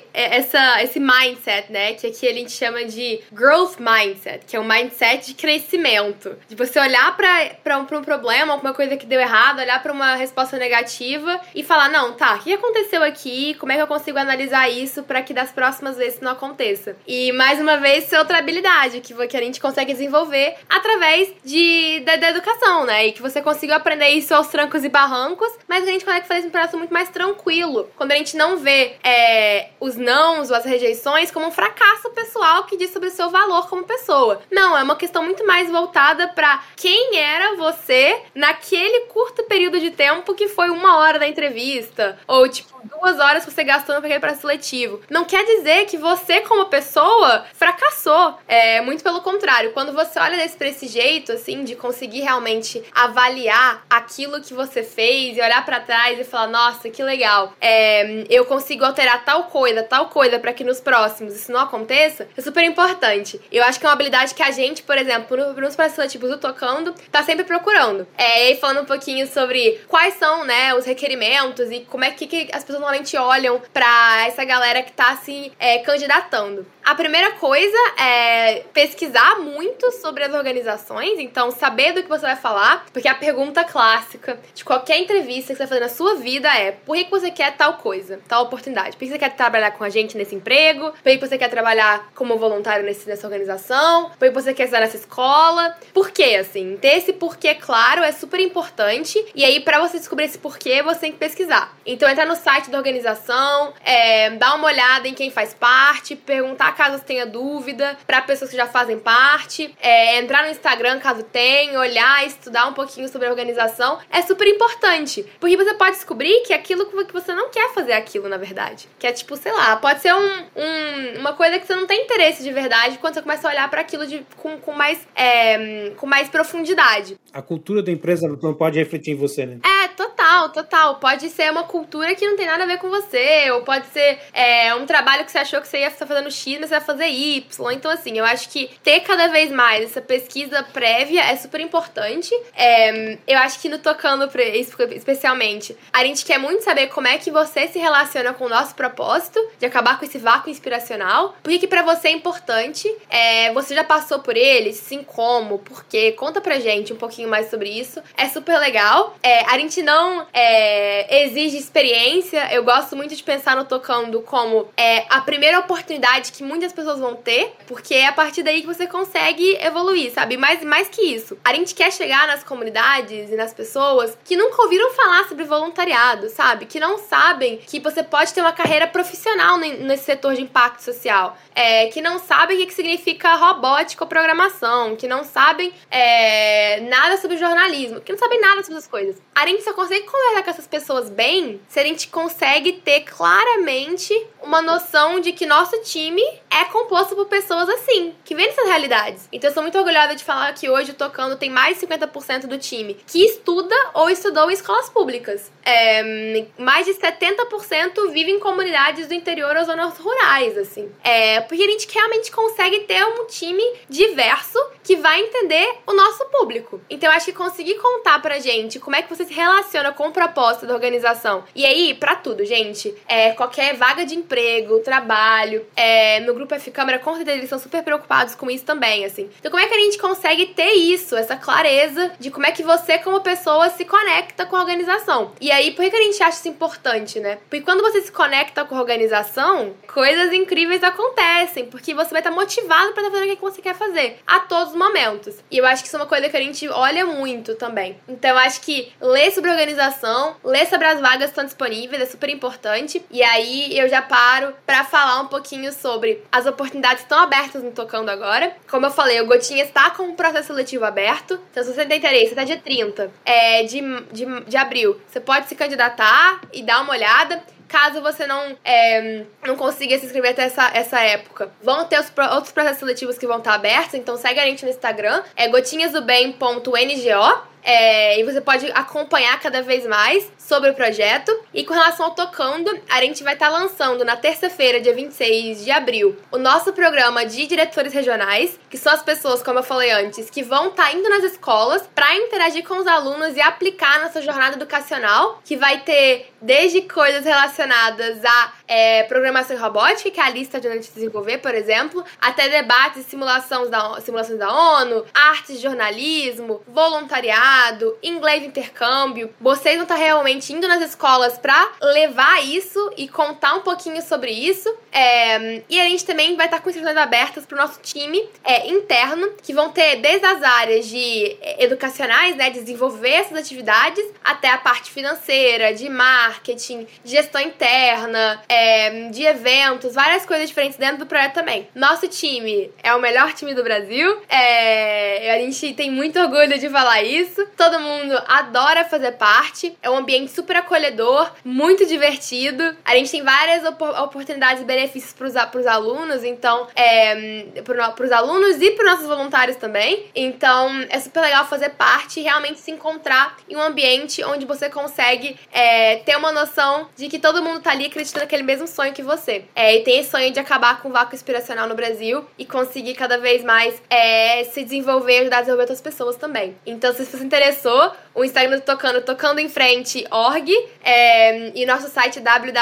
mindset, né, que aqui a gente chama de growth mindset, que é um mindset de crescimento, de você olhar pra um problema, alguma coisa que deu errado, olhar pra uma resposta negativa e falar, não, tá, o que aconteceu aqui, como é que eu consigo analisar isso pra que das próximas vezes não aconteça? E, mais uma vez, isso é outra habilidade que a gente consegue desenvolver através da educação, né, e que você conseguiu aprender isso aos trancos e barrancos, mas a gente consegue fazer isso num processo muito mais tranquilo, quando a gente não vê os nãos ou as rejeições como um fracasso pessoal que diz sobre o seu valor como pessoa. Não, é uma questão muito mais voltada pra quem era você naquele curto período de tempo que foi 1 hora da entrevista, ou tipo 2 horas que você gastou no processo seletivo. Não quer dizer que você como pessoa fracassou, muito pelo contrário. Quando você olha pra esse jeito, assim, de conseguir realmente avaliar aquilo que você fez e olhar pra trás e falar, nossa, que legal, eu consigo alterar tal coisa pra que nos próximos isso não aconteça, é super importante. Eu acho que é uma habilidade que a gente, por exemplo, nos processos seletivos do Tocando, tá sempre procurando. E aí falando um pouquinho sobre quais são, né, os requerimentos e como é que as pessoas normalmente olham pra essa galera que tá se candidatando. A primeira coisa é pesquisar muito sobre as organizações, então saber do que você vai falar, porque a pergunta clássica de qualquer entrevista que você vai fazer na sua vida é: por que você quer tal coisa, tal oportunidade? Por que você quer trabalhar com a gente nesse emprego? Por que você quer trabalhar como voluntário nessa organização? Por que você quer estudar nessa escola? Por quê, assim? Ter esse porquê claro é super importante, e aí pra você descobrir esse porquê, você tem que pesquisar. Então entrar no site da organização, dar uma olhada em quem faz parte, perguntar caso você tenha dúvida, pra pessoas que já fazem parte, entrar no Instagram caso tenha, olhar, estudar um pouquinho sobre a organização, é super importante, porque você pode descobrir que aquilo que você não quer fazer aquilo, na verdade. Que é tipo, sei lá, pode ser uma coisa que você não tem interesse de verdade quando você começa a olhar pra aquilo com mais profundidade. A cultura da empresa não pode refletir em você, né? Total. Pode ser uma cultura que não tem nada a ver com você, ou pode ser um trabalho que você achou que você ia estar fazendo X, mas você vai fazer Y. Então, assim, eu acho que ter cada vez mais essa pesquisa prévia é super importante. Eu acho que no Tocando, especialmente, a gente quer muito saber como é que você se relaciona com o nosso propósito de acabar com esse vácuo inspiracional. Por que pra você é importante? Você já passou por ele? Sim, como? Por quê? Conta pra gente um pouquinho mais sobre isso. É super legal. A gente não exige experiência. Eu gosto muito de pensar no Tocando como a primeira oportunidade que muitas pessoas vão ter, porque é a partir daí que você consegue evoluir, sabe? Mais que isso, a gente quer chegar nas comunidades e nas pessoas que nunca ouviram falar sobre voluntariado, sabe? Que não sabem que você pode ter uma carreira profissional nesse setor de impacto social, que não sabem o que significa robótica ou programação, que não sabem nada sobre jornalismo, que não sabem nada sobre essas coisas. A gente só consegue conversar com essas pessoas bem se a gente consegue ter claramente uma noção de que nosso time é composto por pessoas assim, que vêm dessas realidades. Então eu sou muito orgulhosa de falar que hoje o Tocando tem mais de 50% do time que estuda ou estudou em escolas públicas. Mais de 70% vive em comunidades do interior ou zonas rurais, assim. Porque a gente realmente consegue ter um time diverso que vai entender o nosso público. Então eu acho que conseguir contar pra gente como é que você se relaciona com o propósito da organização. E aí, pra tudo, gente, qualquer vaga de emprego, emprego, trabalho. No Grupo F Câmara, com certeza, eles são super preocupados com isso também, assim. Então, como é que a gente consegue ter isso, essa clareza de como é que você, como pessoa, se conecta com a organização? E aí, por que a gente acha isso importante, né? Porque quando você se conecta com a organização, coisas incríveis acontecem, porque você vai estar motivado pra estar fazendo o que você quer fazer, a todos os momentos. E eu acho que isso é uma coisa que a gente olha muito também. Então, eu acho que ler sobre organização, ler sobre as vagas que estão disponíveis é super importante. E aí, eu já paro pra falar um pouquinho sobre as oportunidades que estão abertas no Tocando agora. Como eu falei, o Gotinha está com um processo seletivo aberto. Então, se você tem interesse, até dia 30 de abril, você pode se candidatar e dar uma olhada. Caso você não consiga se inscrever até essa época, vão ter outros processos seletivos que vão estar abertos. Então segue a gente no Instagram, gotinhasdobem.ngo. E você pode acompanhar cada vez mais sobre o projeto. E com relação ao Tocando, a gente vai estar lançando na terça-feira, dia 26 de abril, o nosso programa de diretores regionais, que são as pessoas, como eu falei antes, que vão estar indo nas escolas para interagir com os alunos e aplicar nossa jornada educacional, que vai ter desde coisas relacionadas a programação e robótica, que a Alice está ajudando a gente desenvolver, por exemplo, até debates e simulações da ONU, artes de jornalismo, voluntariado, inglês de intercâmbio. Vocês vão estar realmente indo nas escolas para levar isso e contar um pouquinho sobre isso. E a gente também vai estar com inscrições abertas para o nosso time interno, que vão ter desde as áreas de educacionais, né, desenvolver essas atividades, até a parte financeira, de marketing, de gestão interna, de eventos, várias coisas diferentes dentro do projeto também. Nosso time é o melhor time do Brasil. A gente tem muito orgulho de falar isso. Todo mundo adora fazer parte. É um ambiente super acolhedor, muito divertido. A gente tem várias oportunidades e benefícios para os alunos, então, para os alunos e para os nossos voluntários também. Então, é super legal fazer parte e realmente se encontrar em um ambiente onde você consegue ter uma noção de que todo mundo tá ali acreditando naquele mesmo sonho que você. E tem esse sonho de acabar com o vácuo inspiracional no Brasil e conseguir cada vez mais se desenvolver e ajudar a desenvolver outras pessoas também. Então, se você se interessou, o Instagram do Tocando, tocandoemfrente.org, e nosso site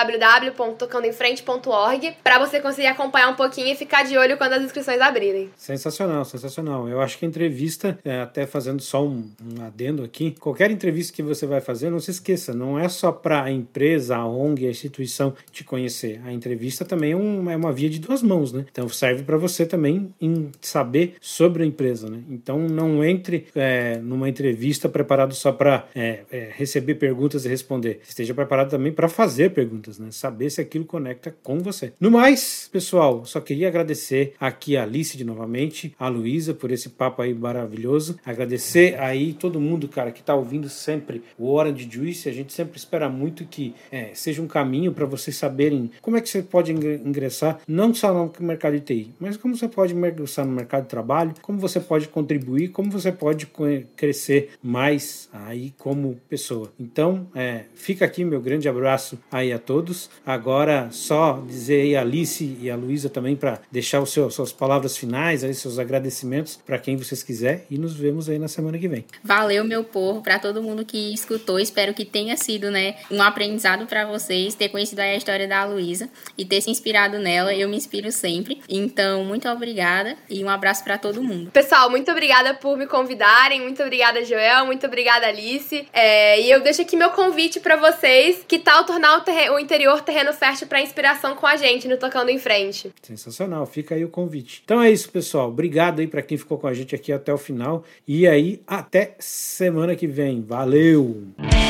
www.tocandoemfrente.org, para você conseguir acompanhar um pouquinho e ficar de olho quando as inscrições abrirem. Sensacional, sensacional. Eu acho que a entrevista, até fazendo só um adendo aqui, qualquer entrevista que você vai fazer, não se esqueça, não é só para a empresa, a ONG, a instituição te conhecer. A entrevista também é uma via de duas mãos, né? Então serve para você também saber sobre a empresa, né? Então não entre numa entrevista preparado só para receber perguntas e responder. Esteja preparado também para fazer perguntas, né? Saber se aquilo conecta com você. No mais, pessoal, só queria agradecer aqui a Alice novamente, a Luísa por esse papo aí maravilhoso. Agradecer aí todo mundo, cara, que tá ouvindo sempre o Hora de Juice. A gente sempre espera muito que seja um caminho para vocês saberem como é que você pode ingressar, não só no mercado de TI, mas como você pode ingressar no mercado de trabalho, como você pode contribuir, como você pode crescer mais aí como pessoa. Então, fica aqui meu grande abraço aí a todos. Agora, só dizer aí a Alice e a Luísa também para deixar suas palavras finais, aí, seus agradecimentos para quem vocês quiserem, e nos vemos aí na semana que vem. Valeu, meu povo, para todo mundo que escutou. Espero que tenha sido, um aprendizado para vocês, ter conhecido aí a história da Luísa e ter se inspirado nela. Eu me inspiro sempre. Então, muito obrigada e um abraço para todo mundo. Pessoal, muito obrigada por me convidarem. Muito obrigada, Joel. Muito obrigada, Alice. E eu deixo aqui meu convite para vocês. Que tal tornar o interior terreno fértil para inspiração com a gente no Tocando em Frente? Sensacional. Fica aí o convite. Então é isso, pessoal. Obrigado aí para quem ficou com a gente aqui até o final. E aí, até semana que vem. Valeu!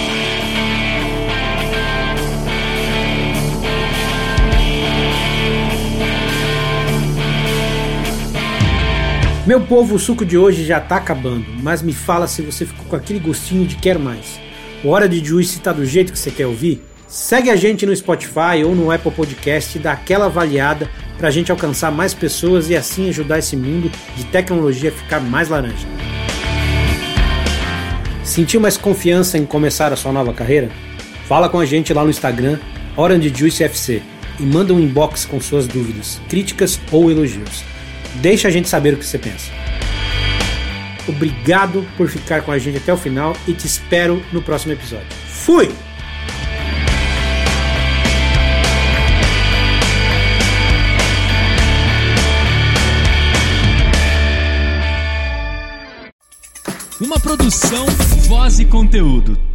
Meu povo, o suco de hoje já tá acabando, mas me fala se você ficou com aquele gostinho de quero mais. O Hora de Juice tá do jeito que você quer ouvir? Segue a gente no Spotify ou no Apple Podcast e dá aquela avaliada pra gente alcançar mais pessoas e assim ajudar esse mundo de tecnologia a ficar mais laranja. Sentiu mais confiança em começar a sua nova carreira? Fala com a gente lá no Instagram, Hora de Juice FC, e manda um inbox com suas dúvidas, críticas ou elogios. Deixa a gente saber o que você pensa. Obrigado por ficar com a gente até o final e te espero no próximo episódio. Fui! Produção, voz e conteúdo.